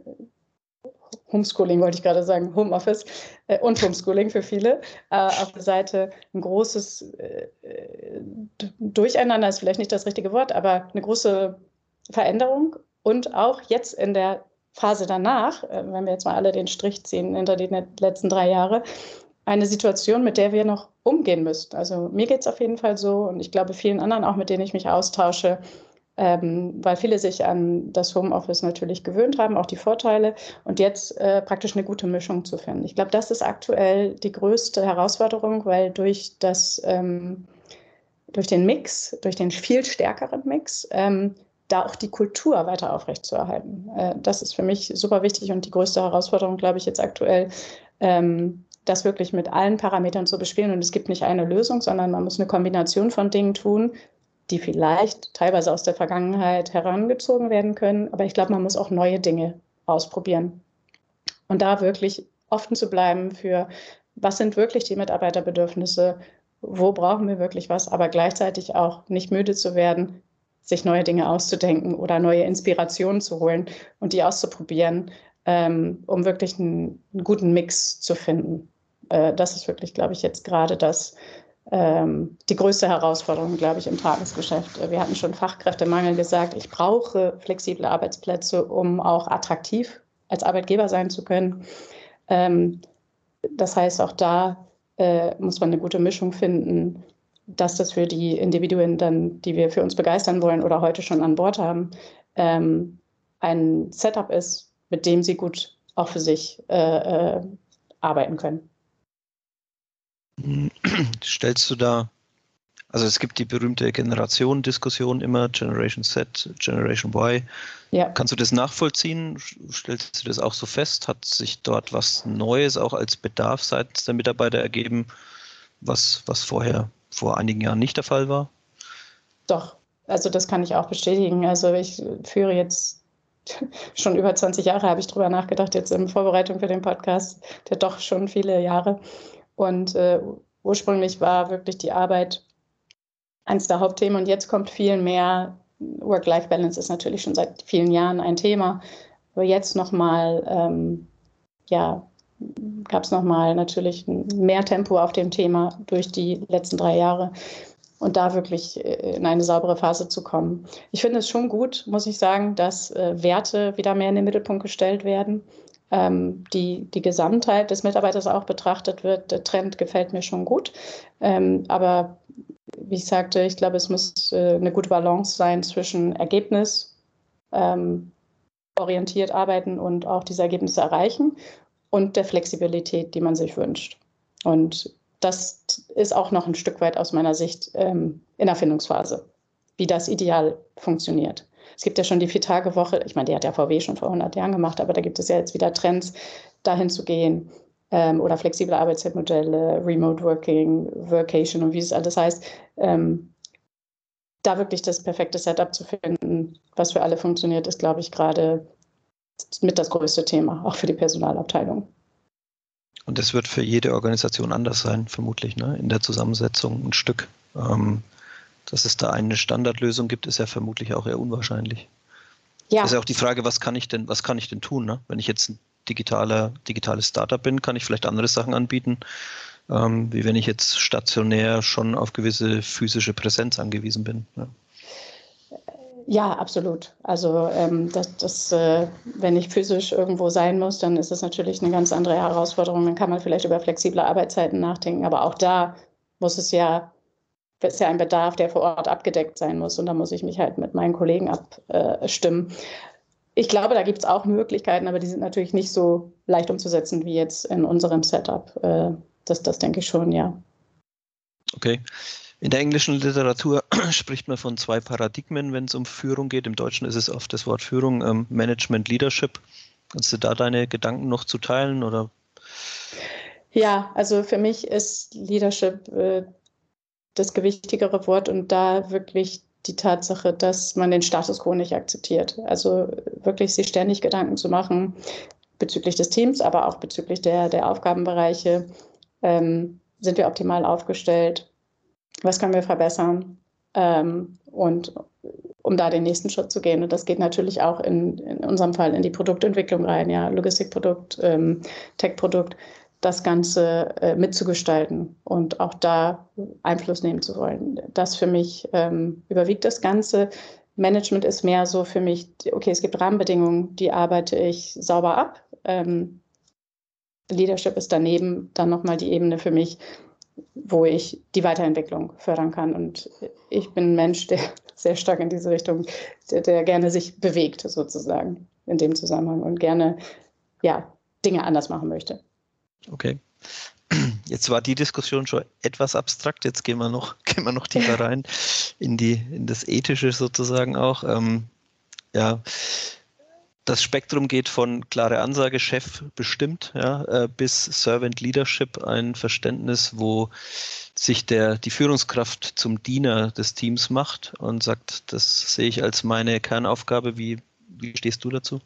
Homeschooling wollte ich gerade sagen, Homeoffice äh, und Homeschooling für viele. Äh, auf der Seite ein großes äh, Durcheinander ist vielleicht nicht das richtige Wort, aber eine große Veränderung und auch jetzt in der Phase danach, äh, wenn wir jetzt mal alle den Strich ziehen hinter die letzten drei Jahre, eine Situation, mit der wir noch umgehen müssen. Also mir geht es auf jeden Fall so und ich glaube vielen anderen auch, mit denen ich mich austausche, Ähm, weil viele sich an das Homeoffice natürlich gewöhnt haben, auch die Vorteile, und jetzt äh, praktisch eine gute Mischung zu finden. Ich glaube, das ist aktuell die größte Herausforderung, weil durch, das, ähm, durch den Mix, durch den viel stärkeren Mix, ähm, da auch die Kultur weiter aufrechtzuerhalten. Äh, das ist für mich super wichtig und die größte Herausforderung, glaube ich, jetzt aktuell, ähm, das wirklich mit allen Parametern zu bespielen. Und es gibt nicht eine Lösung, sondern man muss eine Kombination von Dingen tun, die vielleicht teilweise aus der Vergangenheit herangezogen werden können. Aber ich glaube, man muss auch neue Dinge ausprobieren. Und da wirklich offen zu bleiben für, was sind wirklich die Mitarbeiterbedürfnisse, wo brauchen wir wirklich was, aber gleichzeitig auch nicht müde zu werden, sich neue Dinge auszudenken oder neue Inspirationen zu holen und die auszuprobieren, ähm, um wirklich einen, einen guten Mix zu finden. Äh, das ist wirklich, glaube ich, jetzt gerade das, die größte Herausforderung, glaube ich, im Tagesgeschäft. Wir hatten schon Fachkräftemangel gesagt. Ich brauche flexible Arbeitsplätze, um auch attraktiv als Arbeitgeber sein zu können. Das heißt, auch da muss man eine gute Mischung finden, dass das für die Individuen dann, die wir für uns begeistern wollen oder heute schon an Bord haben, ein Setup ist, mit dem sie gut auch für sich arbeiten können. Stellst du da, also es gibt die berühmte Generation-Diskussion immer, Generation Z, Generation Y. Ja. Kannst du das nachvollziehen? Stellst du das auch so fest? Hat sich dort was Neues auch als Bedarf seitens der Mitarbeiter ergeben, was, was vorher, vor einigen Jahren nicht der Fall war? Doch, also das kann ich auch bestätigen. Also ich führe jetzt schon über zwanzig Jahre, habe ich drüber nachgedacht, jetzt in Vorbereitung für den Podcast, der doch schon viele Jahre. Und äh, ursprünglich war wirklich die Arbeit eines der Hauptthemen und jetzt kommt viel mehr. Work-Life-Balance ist natürlich schon seit vielen Jahren ein Thema, aber jetzt nochmal, ähm, ja, gab es nochmal natürlich mehr Tempo auf dem Thema durch die letzten drei Jahre und da wirklich in eine saubere Phase zu kommen. Ich finde es schon gut, muss ich sagen, dass äh, Werte wieder mehr in den Mittelpunkt gestellt werden. Ähm, die, die Gesamtheit des Mitarbeiters auch betrachtet wird. Der Trend gefällt mir schon gut. Ähm, aber wie ich sagte, ich glaube, es muss äh, eine gute Balance sein zwischen Ergebnis, ähm, orientiert arbeiten und auch diese Ergebnisse erreichen und der Flexibilität, die man sich wünscht. Und das ist auch noch ein Stück weit aus meiner Sicht ähm, in der Findungsphase, wie das ideal funktioniert. Es gibt ja schon die Vier-Tage-Woche, ich meine, die hat ja V W schon vor hundert Jahren gemacht, aber da gibt es ja jetzt wieder Trends, dahin zu gehen ähm, oder flexible Arbeitszeitmodelle, Remote Working, Workation und wie es alles heißt. Ähm, da wirklich das perfekte Setup zu finden, was für alle funktioniert, ist, glaube ich, gerade mit das größte Thema, auch für die Personalabteilung. Und das wird für jede Organisation anders sein, vermutlich, ne? In der Zusammensetzung ein Stück. Ähm, dass es da eine Standardlösung gibt, ist ja vermutlich auch eher unwahrscheinlich. Ja. Das ist ja auch die Frage, was kann ich denn, was kann ich denn tun? Ne? Wenn ich jetzt ein digitaler, digitales Startup bin, kann ich vielleicht andere Sachen anbieten, ähm, wie wenn ich jetzt stationär schon auf gewisse physische Präsenz angewiesen bin. Ja. Ja, absolut. Also ähm, das, das, äh, wenn ich physisch irgendwo sein muss, dann ist das natürlich eine ganz andere Herausforderung. Dann kann man vielleicht über flexible Arbeitszeiten nachdenken, aber auch da muss es ja, ist ja ein Bedarf, der vor Ort abgedeckt sein muss, und da muss ich mich halt mit meinen Kollegen abstimmen. Äh, ich glaube, da gibt es auch Möglichkeiten, aber die sind natürlich nicht so leicht umzusetzen wie jetzt in unserem Setup. Äh, das, das denke ich schon, ja. Okay. In der englischen Literatur spricht man von zwei Paradigmen, wenn es um Führung geht. Im Deutschen ist es oft das Wort Führung, ähm, Management, Leadership. Kannst du da deine Gedanken noch zu teilen, oder? Ja, also für mich ist Leadership äh, das gewichtigere Wort, und da wirklich die Tatsache, dass man den Status quo nicht akzeptiert. Also wirklich sich ständig Gedanken zu machen bezüglich des Teams, aber auch bezüglich der, der Aufgabenbereiche. Ähm, sind wir optimal aufgestellt? Was können wir verbessern? Ähm, und um da den nächsten Schritt zu gehen. Und das geht natürlich auch in, in unserem Fall in die Produktentwicklung rein, ja, Logistikprodukt, ähm, Tech-Produkt, das Ganze äh, mitzugestalten und auch da Einfluss nehmen zu wollen. Das für mich ähm, überwiegt das Ganze. Management ist mehr so für mich, okay, es gibt Rahmenbedingungen, die arbeite ich sauber ab. Ähm, Leadership ist daneben dann nochmal die Ebene für mich, wo ich die Weiterentwicklung fördern kann. Und ich bin ein Mensch, der sehr stark in diese Richtung, der, der gerne sich bewegt, sozusagen, in dem Zusammenhang, und gerne, ja, Dinge anders machen möchte. Okay. Jetzt war die Diskussion schon etwas abstrakt, jetzt gehen wir noch, gehen wir noch tiefer rein in die, in das Ethische sozusagen auch. Ähm, ja, das Spektrum geht von klare Ansage, Chef bestimmt, ja, äh, bis Servant Leadership, ein Verständnis, wo sich der, die Führungskraft zum Diener des Teams macht und sagt, das sehe ich als meine Kernaufgabe. Wie, wie stehst du dazu?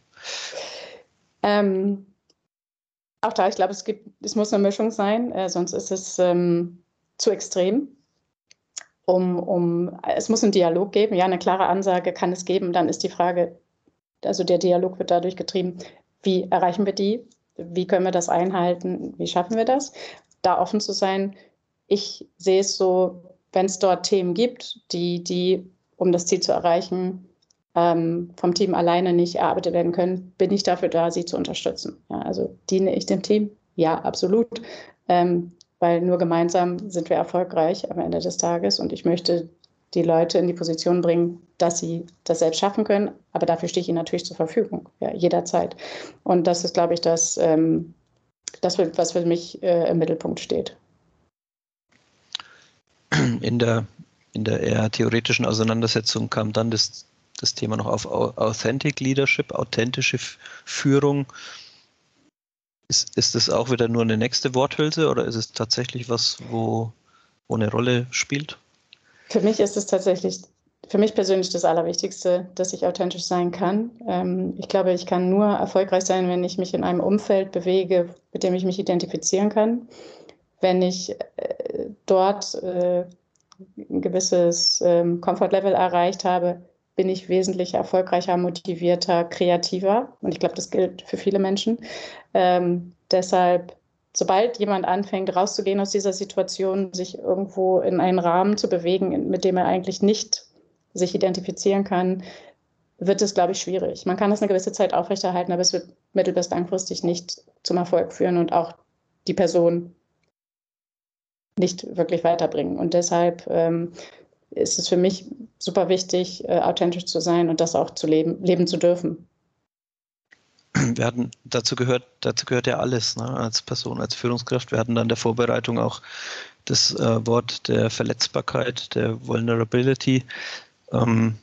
Ähm, auch da, ich glaube, es gibt, es muss eine Mischung sein, äh, sonst ist es ähm, zu extrem. Um, um, es muss einen Dialog geben, ja, eine klare Ansage kann es geben. Dann ist die Frage, also der Dialog wird dadurch getrieben, wie erreichen wir die? Wie können wir das einhalten? Wie schaffen wir das? Da offen zu sein. Ich sehe es so, wenn es dort Themen gibt, die, die, um das Ziel zu erreichen, ähm, vom Team alleine nicht erarbeitet werden können, bin ich dafür da, sie zu unterstützen. Ja, also diene ich dem Team? Ja, absolut. Ähm, weil nur gemeinsam sind wir erfolgreich am Ende des Tages, und ich möchte die Leute in die Position bringen, dass sie das selbst schaffen können. Aber dafür stehe ich ihnen natürlich zur Verfügung, ja, jederzeit. Und das ist, glaube ich, das, ähm, das, was für mich äh, im Mittelpunkt steht. In der, in der eher theoretischen Auseinandersetzung kam dann das, das Thema noch auf Authentic Leadership, authentische Führung. Ist, ist das auch wieder nur eine nächste Worthülse, oder ist es tatsächlich was, wo, wo eine Rolle spielt? Für mich ist es tatsächlich, für mich persönlich das Allerwichtigste, dass ich authentisch sein kann. Ähm, ich glaube, ich kann nur erfolgreich sein, wenn ich mich in einem Umfeld bewege, mit dem ich mich identifizieren kann. Wenn ich äh, dort äh, ein gewisses ähm, Comfort-Level erreicht habe, bin ich wesentlich erfolgreicher, motivierter, kreativer. Und ich glaube, das gilt für viele Menschen. Ähm, deshalb, sobald jemand anfängt, rauszugehen aus dieser Situation, sich irgendwo in einen Rahmen zu bewegen, mit dem er eigentlich nicht sich identifizieren kann, wird es, glaube ich, schwierig. Man kann das eine gewisse Zeit aufrechterhalten, aber es wird mittel- bis langfristig nicht zum Erfolg führen und auch die Person nicht wirklich weiterbringen. Und deshalb ähm, ist es für mich super wichtig, äh, authentisch zu sein und das auch zu leben, leben zu dürfen. wir hatten, dazu gehört, dazu gehört ja alles, ne, als Person, als Führungskraft. Wir hatten dann in der Vorbereitung auch das äh, Wort der Verletzbarkeit, der Vulnerability. Ähm,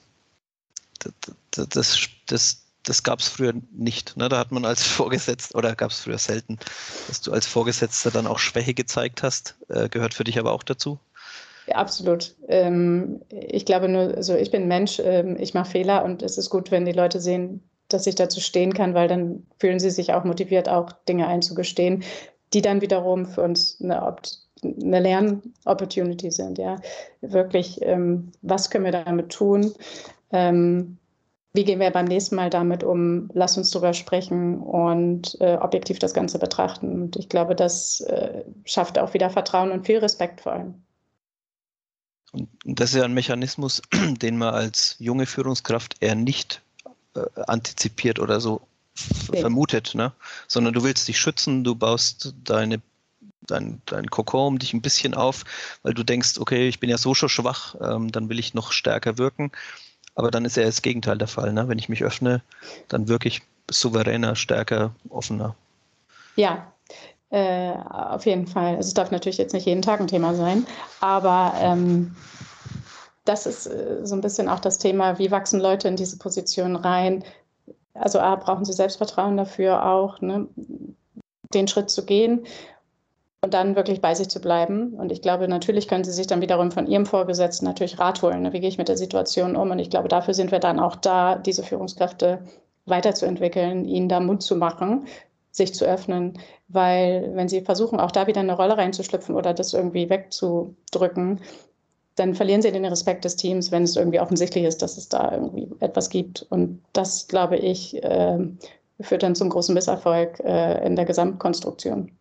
das das, das, das gab es früher nicht. Ne? Da hat man als Vorgesetzter, oder gab es früher selten, dass du als Vorgesetzter dann auch Schwäche gezeigt hast. Äh, gehört für dich aber auch dazu? Ja, absolut. Ähm, ich glaube nur, also ich bin Mensch, ähm, ich mache Fehler und es ist gut, wenn die Leute sehen, dass ich dazu stehen kann, weil dann fühlen sie sich auch motiviert, auch Dinge einzugestehen, die dann wiederum für uns eine, Opt eine Lern-Opportunity sind. Ja, wirklich, ähm, was können wir damit tun? Ähm, wie gehen wir beim nächsten Mal damit um? Lass uns drüber sprechen und äh, objektiv das Ganze betrachten. Und ich glaube, das äh, schafft auch wieder Vertrauen und viel Respekt vor allem. Und das ist ja ein Mechanismus, den man als junge Führungskraft eher nicht äh, antizipiert oder so Nee. vermutet, ne? Sondern du willst dich schützen, du baust deine, dein, dein Kokon um dich ein bisschen auf, weil du denkst, okay, ich bin ja so schon schwach, ähm, dann will ich noch stärker wirken. Aber dann ist ja das Gegenteil der Fall, ne? Wenn ich mich öffne, dann wirke ich souveräner, stärker, offener. Ja, äh, auf jeden Fall. Also es darf natürlich jetzt nicht jeden Tag ein Thema sein, aber ähm, das ist äh, so ein bisschen auch das Thema, wie wachsen Leute in diese Position rein? Also A, brauchen sie Selbstvertrauen dafür auch, ne, den Schritt zu gehen und dann wirklich bei sich zu bleiben. Und ich glaube, natürlich können sie sich dann wiederum von ihrem Vorgesetzten natürlich Rat holen. Ne? Wie gehe ich mit der Situation um? Und ich glaube, dafür sind wir dann auch da, diese Führungskräfte weiterzuentwickeln, ihnen da Mut zu machen, sich zu öffnen. Weil wenn sie versuchen, auch da wieder eine Rolle reinzuschlüpfen oder das irgendwie wegzudrücken, dann verlieren sie den Respekt des Teams, wenn es irgendwie offensichtlich ist, dass es da irgendwie etwas gibt. Und das, glaube ich, äh, führt dann zum großen Misserfolg äh, in der Gesamtkonstruktion.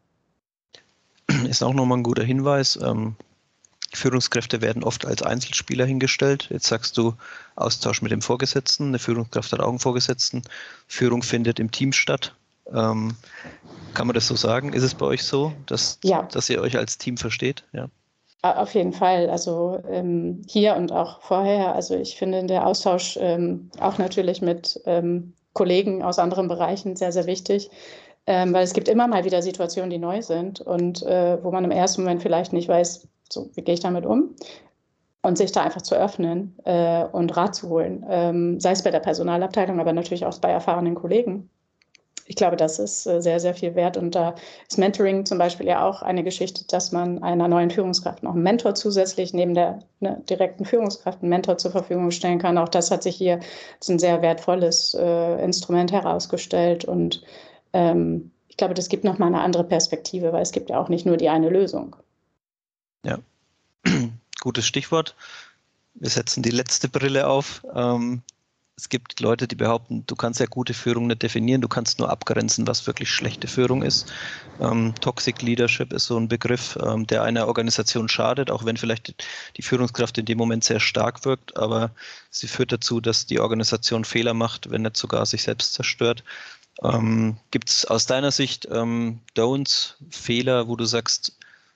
Ist auch nochmal ein guter Hinweis. Ähm, Führungskräfte werden oft als Einzelspieler hingestellt. Jetzt sagst du Austausch mit dem Vorgesetzten. Eine Führungskraft hat auch einen Vorgesetzten. Führung findet im Team statt. Ähm, kann man das so sagen? Ist es bei euch so, dass, Ja. dass ihr euch als Team versteht? Ja. Auf jeden Fall, also ähm, hier und auch vorher. Also ich finde der Austausch ähm, auch natürlich mit ähm, Kollegen aus anderen Bereichen sehr, sehr wichtig, ähm, weil es gibt immer mal wieder Situationen, die neu sind und äh, wo man im ersten Moment vielleicht nicht weiß, so, wie gehe ich damit um? Und sich da einfach zu öffnen äh, und Rat zu holen, ähm, sei es bei der Personalabteilung, aber natürlich auch bei erfahrenen Kollegen. Ich glaube, das ist sehr, sehr viel wert. Und da ist Mentoring zum Beispiel ja auch eine Geschichte, dass man einer neuen Führungskraft noch einen Mentor zusätzlich neben der ne, direkten Führungskraft einen Mentor zur Verfügung stellen kann. Auch das hat sich hier als ein sehr wertvolles äh, Instrument herausgestellt. Und ähm, ich glaube, das gibt nochmal eine andere Perspektive, weil es gibt ja auch nicht nur die eine Lösung. Ja, gutes Stichwort. Wir setzen die letzte Brille auf. Ähm Es gibt Leute, die behaupten, du kannst ja gute Führung nicht definieren, du kannst nur abgrenzen, was wirklich schlechte Führung ist. Ähm, Toxic Leadership ist so ein Begriff, ähm, der einer Organisation schadet, auch wenn vielleicht die Führungskraft in dem Moment sehr stark wirkt, aber sie führt dazu, dass die Organisation Fehler macht, wenn nicht sogar sich selbst zerstört. Ähm, gibt es aus deiner Sicht ähm, Don'ts, Fehler, wo du sagst,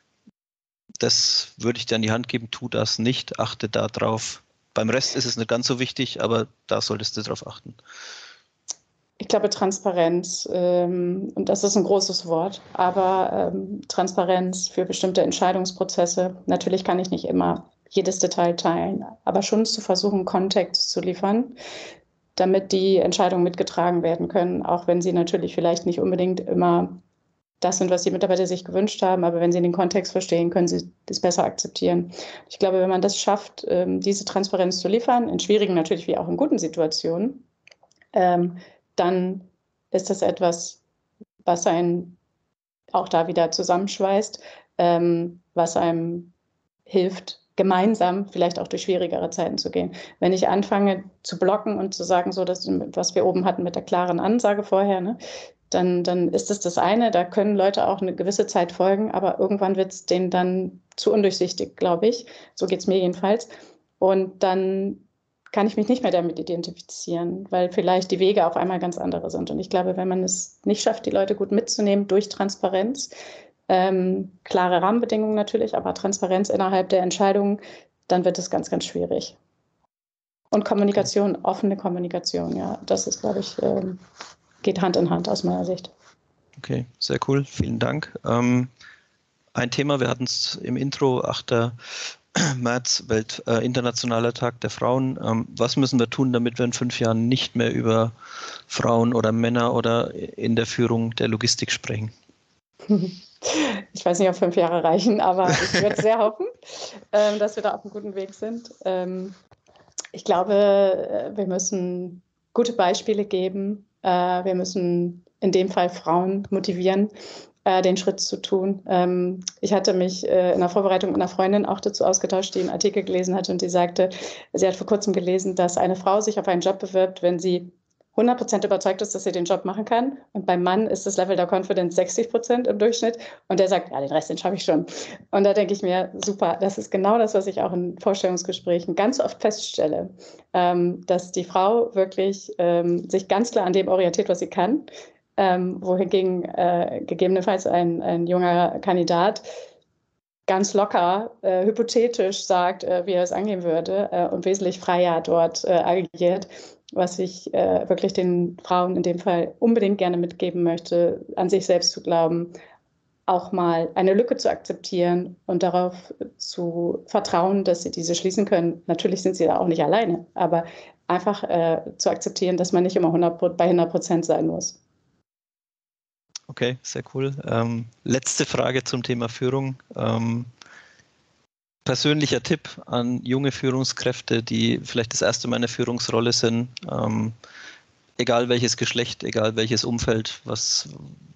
das würde ich dir an die Hand geben, tu das nicht, achte da drauf? Beim Rest ist es nicht ganz so wichtig, aber da solltest du darauf achten. Ich glaube, Transparenz, ähm, und das ist ein großes Wort, aber ähm, Transparenz für bestimmte Entscheidungsprozesse. Natürlich kann ich nicht immer jedes Detail teilen, aber schon zu versuchen, Kontext zu liefern, damit die Entscheidungen mitgetragen werden können, auch wenn sie natürlich vielleicht nicht unbedingt immer das sind, was die Mitarbeiter sich gewünscht haben, aber wenn sie den Kontext verstehen, können sie das besser akzeptieren. Ich glaube, wenn man das schafft, diese Transparenz zu liefern, in schwierigen natürlich wie auch in guten Situationen, dann ist das etwas, was einen auch da wieder zusammenschweißt, was einem hilft, gemeinsam vielleicht auch durch schwierigere Zeiten zu gehen. Wenn ich anfange zu blocken und zu sagen, so das, was wir oben hatten mit der klaren Ansage vorher, ne, Dann, dann ist es das eine, da können Leute auch eine gewisse Zeit folgen, aber irgendwann wird es denen dann zu undurchsichtig, glaube ich. So geht es mir jedenfalls. Und dann kann ich mich nicht mehr damit identifizieren, weil vielleicht die Wege auf einmal ganz andere sind. Und ich glaube, wenn man es nicht schafft, die Leute gut mitzunehmen durch Transparenz, ähm, klare Rahmenbedingungen natürlich, aber Transparenz innerhalb der Entscheidungen, dann wird es ganz, ganz schwierig. Und Kommunikation, offene Kommunikation, ja, das ist, glaube ich, ähm, geht Hand in Hand aus meiner Sicht. Okay, sehr cool, vielen Dank. Ähm, ein Thema, wir hatten es im Intro, achter März, Welt, äh, Internationaler Tag der Frauen. Ähm, was müssen wir tun, damit wir in fünf Jahren nicht mehr über Frauen oder Männer oder in der Führung der Logistik sprechen? Ich weiß nicht, ob fünf Jahre reichen, aber ich würde sehr hoffen, ähm, dass wir da auf einem guten Weg sind. Ähm, ich glaube, wir müssen gute Beispiele geben. Äh, wir müssen in dem Fall Frauen motivieren, äh, den Schritt zu tun. Ähm, ich hatte mich äh, in der Vorbereitung mit einer Freundin auch dazu ausgetauscht, die einen Artikel gelesen hat und die sagte, sie hat vor kurzem gelesen, dass eine Frau sich auf einen Job bewirbt, wenn sie hundert Prozent überzeugt ist, dass sie den Job machen kann. Und beim Mann ist das Level der Confidence sechzig Prozent im Durchschnitt. Und der sagt, ja, den Rest, den schaffe ich schon. Und da denke ich mir, super, das ist genau das, was ich auch in Vorstellungsgesprächen ganz oft feststelle, ähm, dass die Frau wirklich ähm, sich ganz klar an dem orientiert, was sie kann, ähm, wohingegen äh, gegebenenfalls ein, ein junger Kandidat ganz locker, äh, hypothetisch sagt, äh, wie er es angehen würde äh, und wesentlich freier dort äh, agiert. Was ich äh, wirklich den Frauen in dem Fall unbedingt gerne mitgeben möchte, an sich selbst zu glauben, auch mal eine Lücke zu akzeptieren und darauf zu vertrauen, dass sie diese schließen können. Natürlich sind sie da auch nicht alleine, aber einfach äh, zu akzeptieren, dass man nicht immer hundert, bei hundert Prozent sein muss. Okay, sehr cool. Ähm, letzte Frage zum Thema Führung. Ähm, persönlicher Tipp an junge Führungskräfte, die vielleicht das erste Mal in der Führungsrolle sind, ähm, egal welches Geschlecht, egal welches Umfeld, was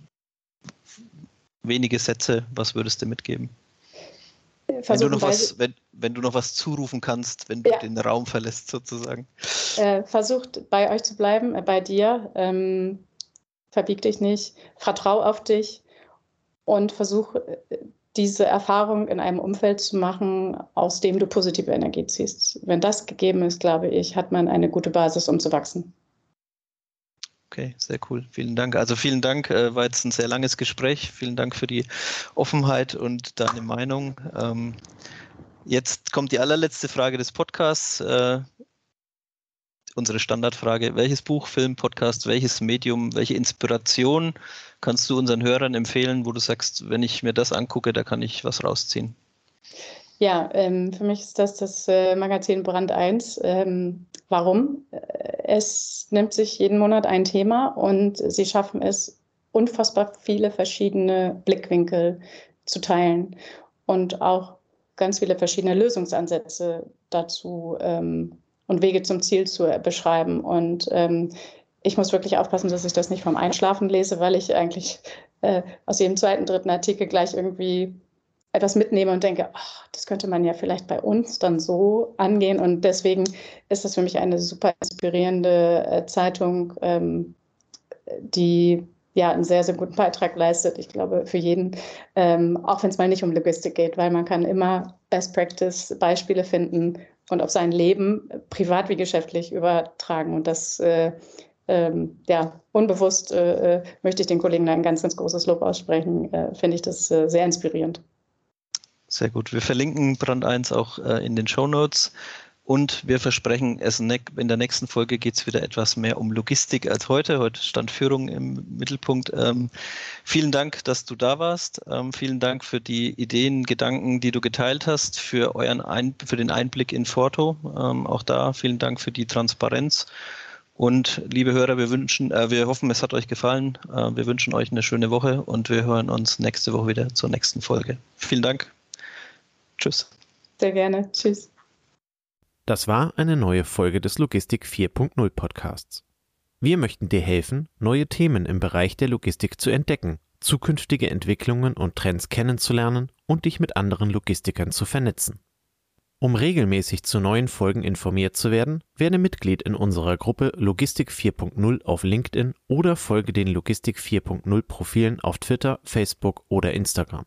wenige Sätze, was würdest du mitgeben? Wenn du, noch was, wenn, wenn du noch was zurufen kannst, wenn du ja. den Raum verlässt sozusagen. Äh, versucht bei euch zu bleiben, äh, bei dir. Ähm, verbieg dich nicht, vertrau auf dich und versuch diese Erfahrung in einem Umfeld zu machen, aus dem du positive Energie ziehst. Wenn das gegeben ist, glaube ich, hat man eine gute Basis, um zu wachsen. Okay, sehr cool. Vielen Dank. Also vielen Dank, äh, war jetzt ein sehr langes Gespräch. Vielen Dank für die Offenheit und deine Meinung. Ähm, jetzt kommt die allerletzte Frage des Podcasts. Äh, unsere Standardfrage: Welches Buch, Film, Podcast, welches Medium, welche Inspiration kannst du unseren Hörern empfehlen, wo du sagst, wenn ich mir das angucke, da kann ich was rausziehen? Ja, ähm, für mich ist das das äh, Magazin Brand eins. Ähm, warum? Es nimmt sich jeden Monat ein Thema und sie schaffen es, unfassbar viele verschiedene Blickwinkel zu teilen und auch ganz viele verschiedene Lösungsansätze dazu ähm, und Wege zum Ziel zu beschreiben. Und ähm, ich muss wirklich aufpassen, dass ich das nicht vom Einschlafen lese, weil ich eigentlich äh, aus jedem zweiten, dritten Artikel gleich irgendwie etwas mitnehme und denke, ach, das könnte man ja vielleicht bei uns dann so angehen. Und deswegen ist das für mich eine super inspirierende äh, Zeitung, ähm, die ja einen sehr, sehr guten Beitrag leistet, ich glaube, für jeden, ähm, auch wenn es mal nicht um Logistik geht, weil man kann immer Best-Practice-Beispiele finden und auf sein Leben, privat wie geschäftlich, übertragen. Und das, äh, ähm, ja, unbewusst äh, möchte ich den Kollegen da ein ganz, ganz großes Lob aussprechen, äh, finde ich das äh, sehr inspirierend. Sehr gut. Wir verlinken Brand eins auch äh, in den Shownotes. Und wir versprechen, es in der nächsten Folge geht es wieder etwas mehr um Logistik als heute. Heute stand Führung im Mittelpunkt. Ähm, vielen Dank, dass du da warst. Ähm, vielen Dank für die Ideen, Gedanken, die du geteilt hast, für, euren Ein- für den Einblick in Forto. Ähm, auch da vielen Dank für die Transparenz. Und liebe Hörer, wir wünschen, äh, wir hoffen, es hat euch gefallen. Äh, wir wünschen euch eine schöne Woche und wir hören uns nächste Woche wieder zur nächsten Folge. Vielen Dank. Tschüss. Sehr gerne. Tschüss. Das war eine neue Folge des Logistik vier Punkt null Podcasts. Wir möchten dir helfen, neue Themen im Bereich der Logistik zu entdecken, zukünftige Entwicklungen und Trends kennenzulernen und dich mit anderen Logistikern zu vernetzen. Um regelmäßig zu neuen Folgen informiert zu werden, werde Mitglied in unserer Gruppe Logistik vier Punkt null auf LinkedIn oder folge den Logistik vier Punkt null Profilen auf Twitter, Facebook oder Instagram.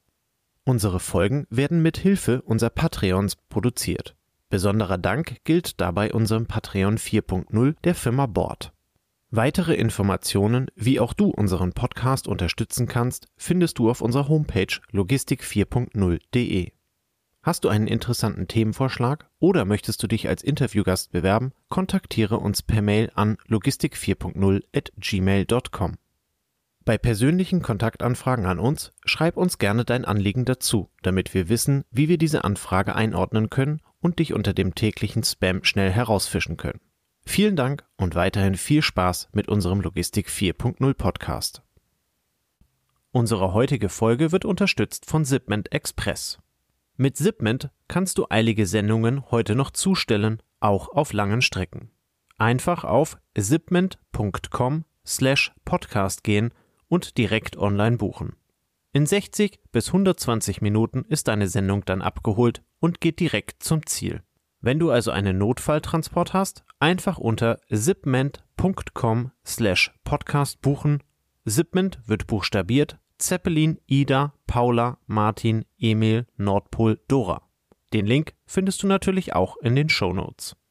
Unsere Folgen werden mit Hilfe unserer Patreons produziert. Besonderer Dank gilt dabei unserem Patreon vier Punkt null der Firma Board. Weitere Informationen, wie auch du unseren Podcast unterstützen kannst, findest du auf unserer Homepage logistik vier Punkt null Punkt de. Hast du einen interessanten Themenvorschlag oder möchtest du dich als Interviewgast bewerben? Kontaktiere uns per Mail an logistik vier punkt null at gmail punkt com. Bei persönlichen Kontaktanfragen an uns schreib uns gerne dein Anliegen dazu, damit wir wissen, wie wir diese Anfrage einordnen können und dich unter dem täglichen Spam schnell herausfischen können. Vielen Dank und weiterhin viel Spaß mit unserem Logistik vier punkt null Podcast. Unsere heutige Folge wird unterstützt von Zipment Express. Mit Zipment kannst du eilige Sendungen heute noch zustellen, auch auf langen Strecken. Einfach auf zipment punkt com slash podcast gehen und direkt online buchen. In sechzig bis hundertzwanzig Minuten ist deine Sendung dann abgeholt und geht direkt zum Ziel. Wenn du also einen Notfalltransport hast, einfach unter zipment punkt com slash podcast buchen. Zipment wird buchstabiert Zeppelin, Ida, Paula, Martin, Emil, Nordpol, Dora. Den Link findest du natürlich auch in den Shownotes.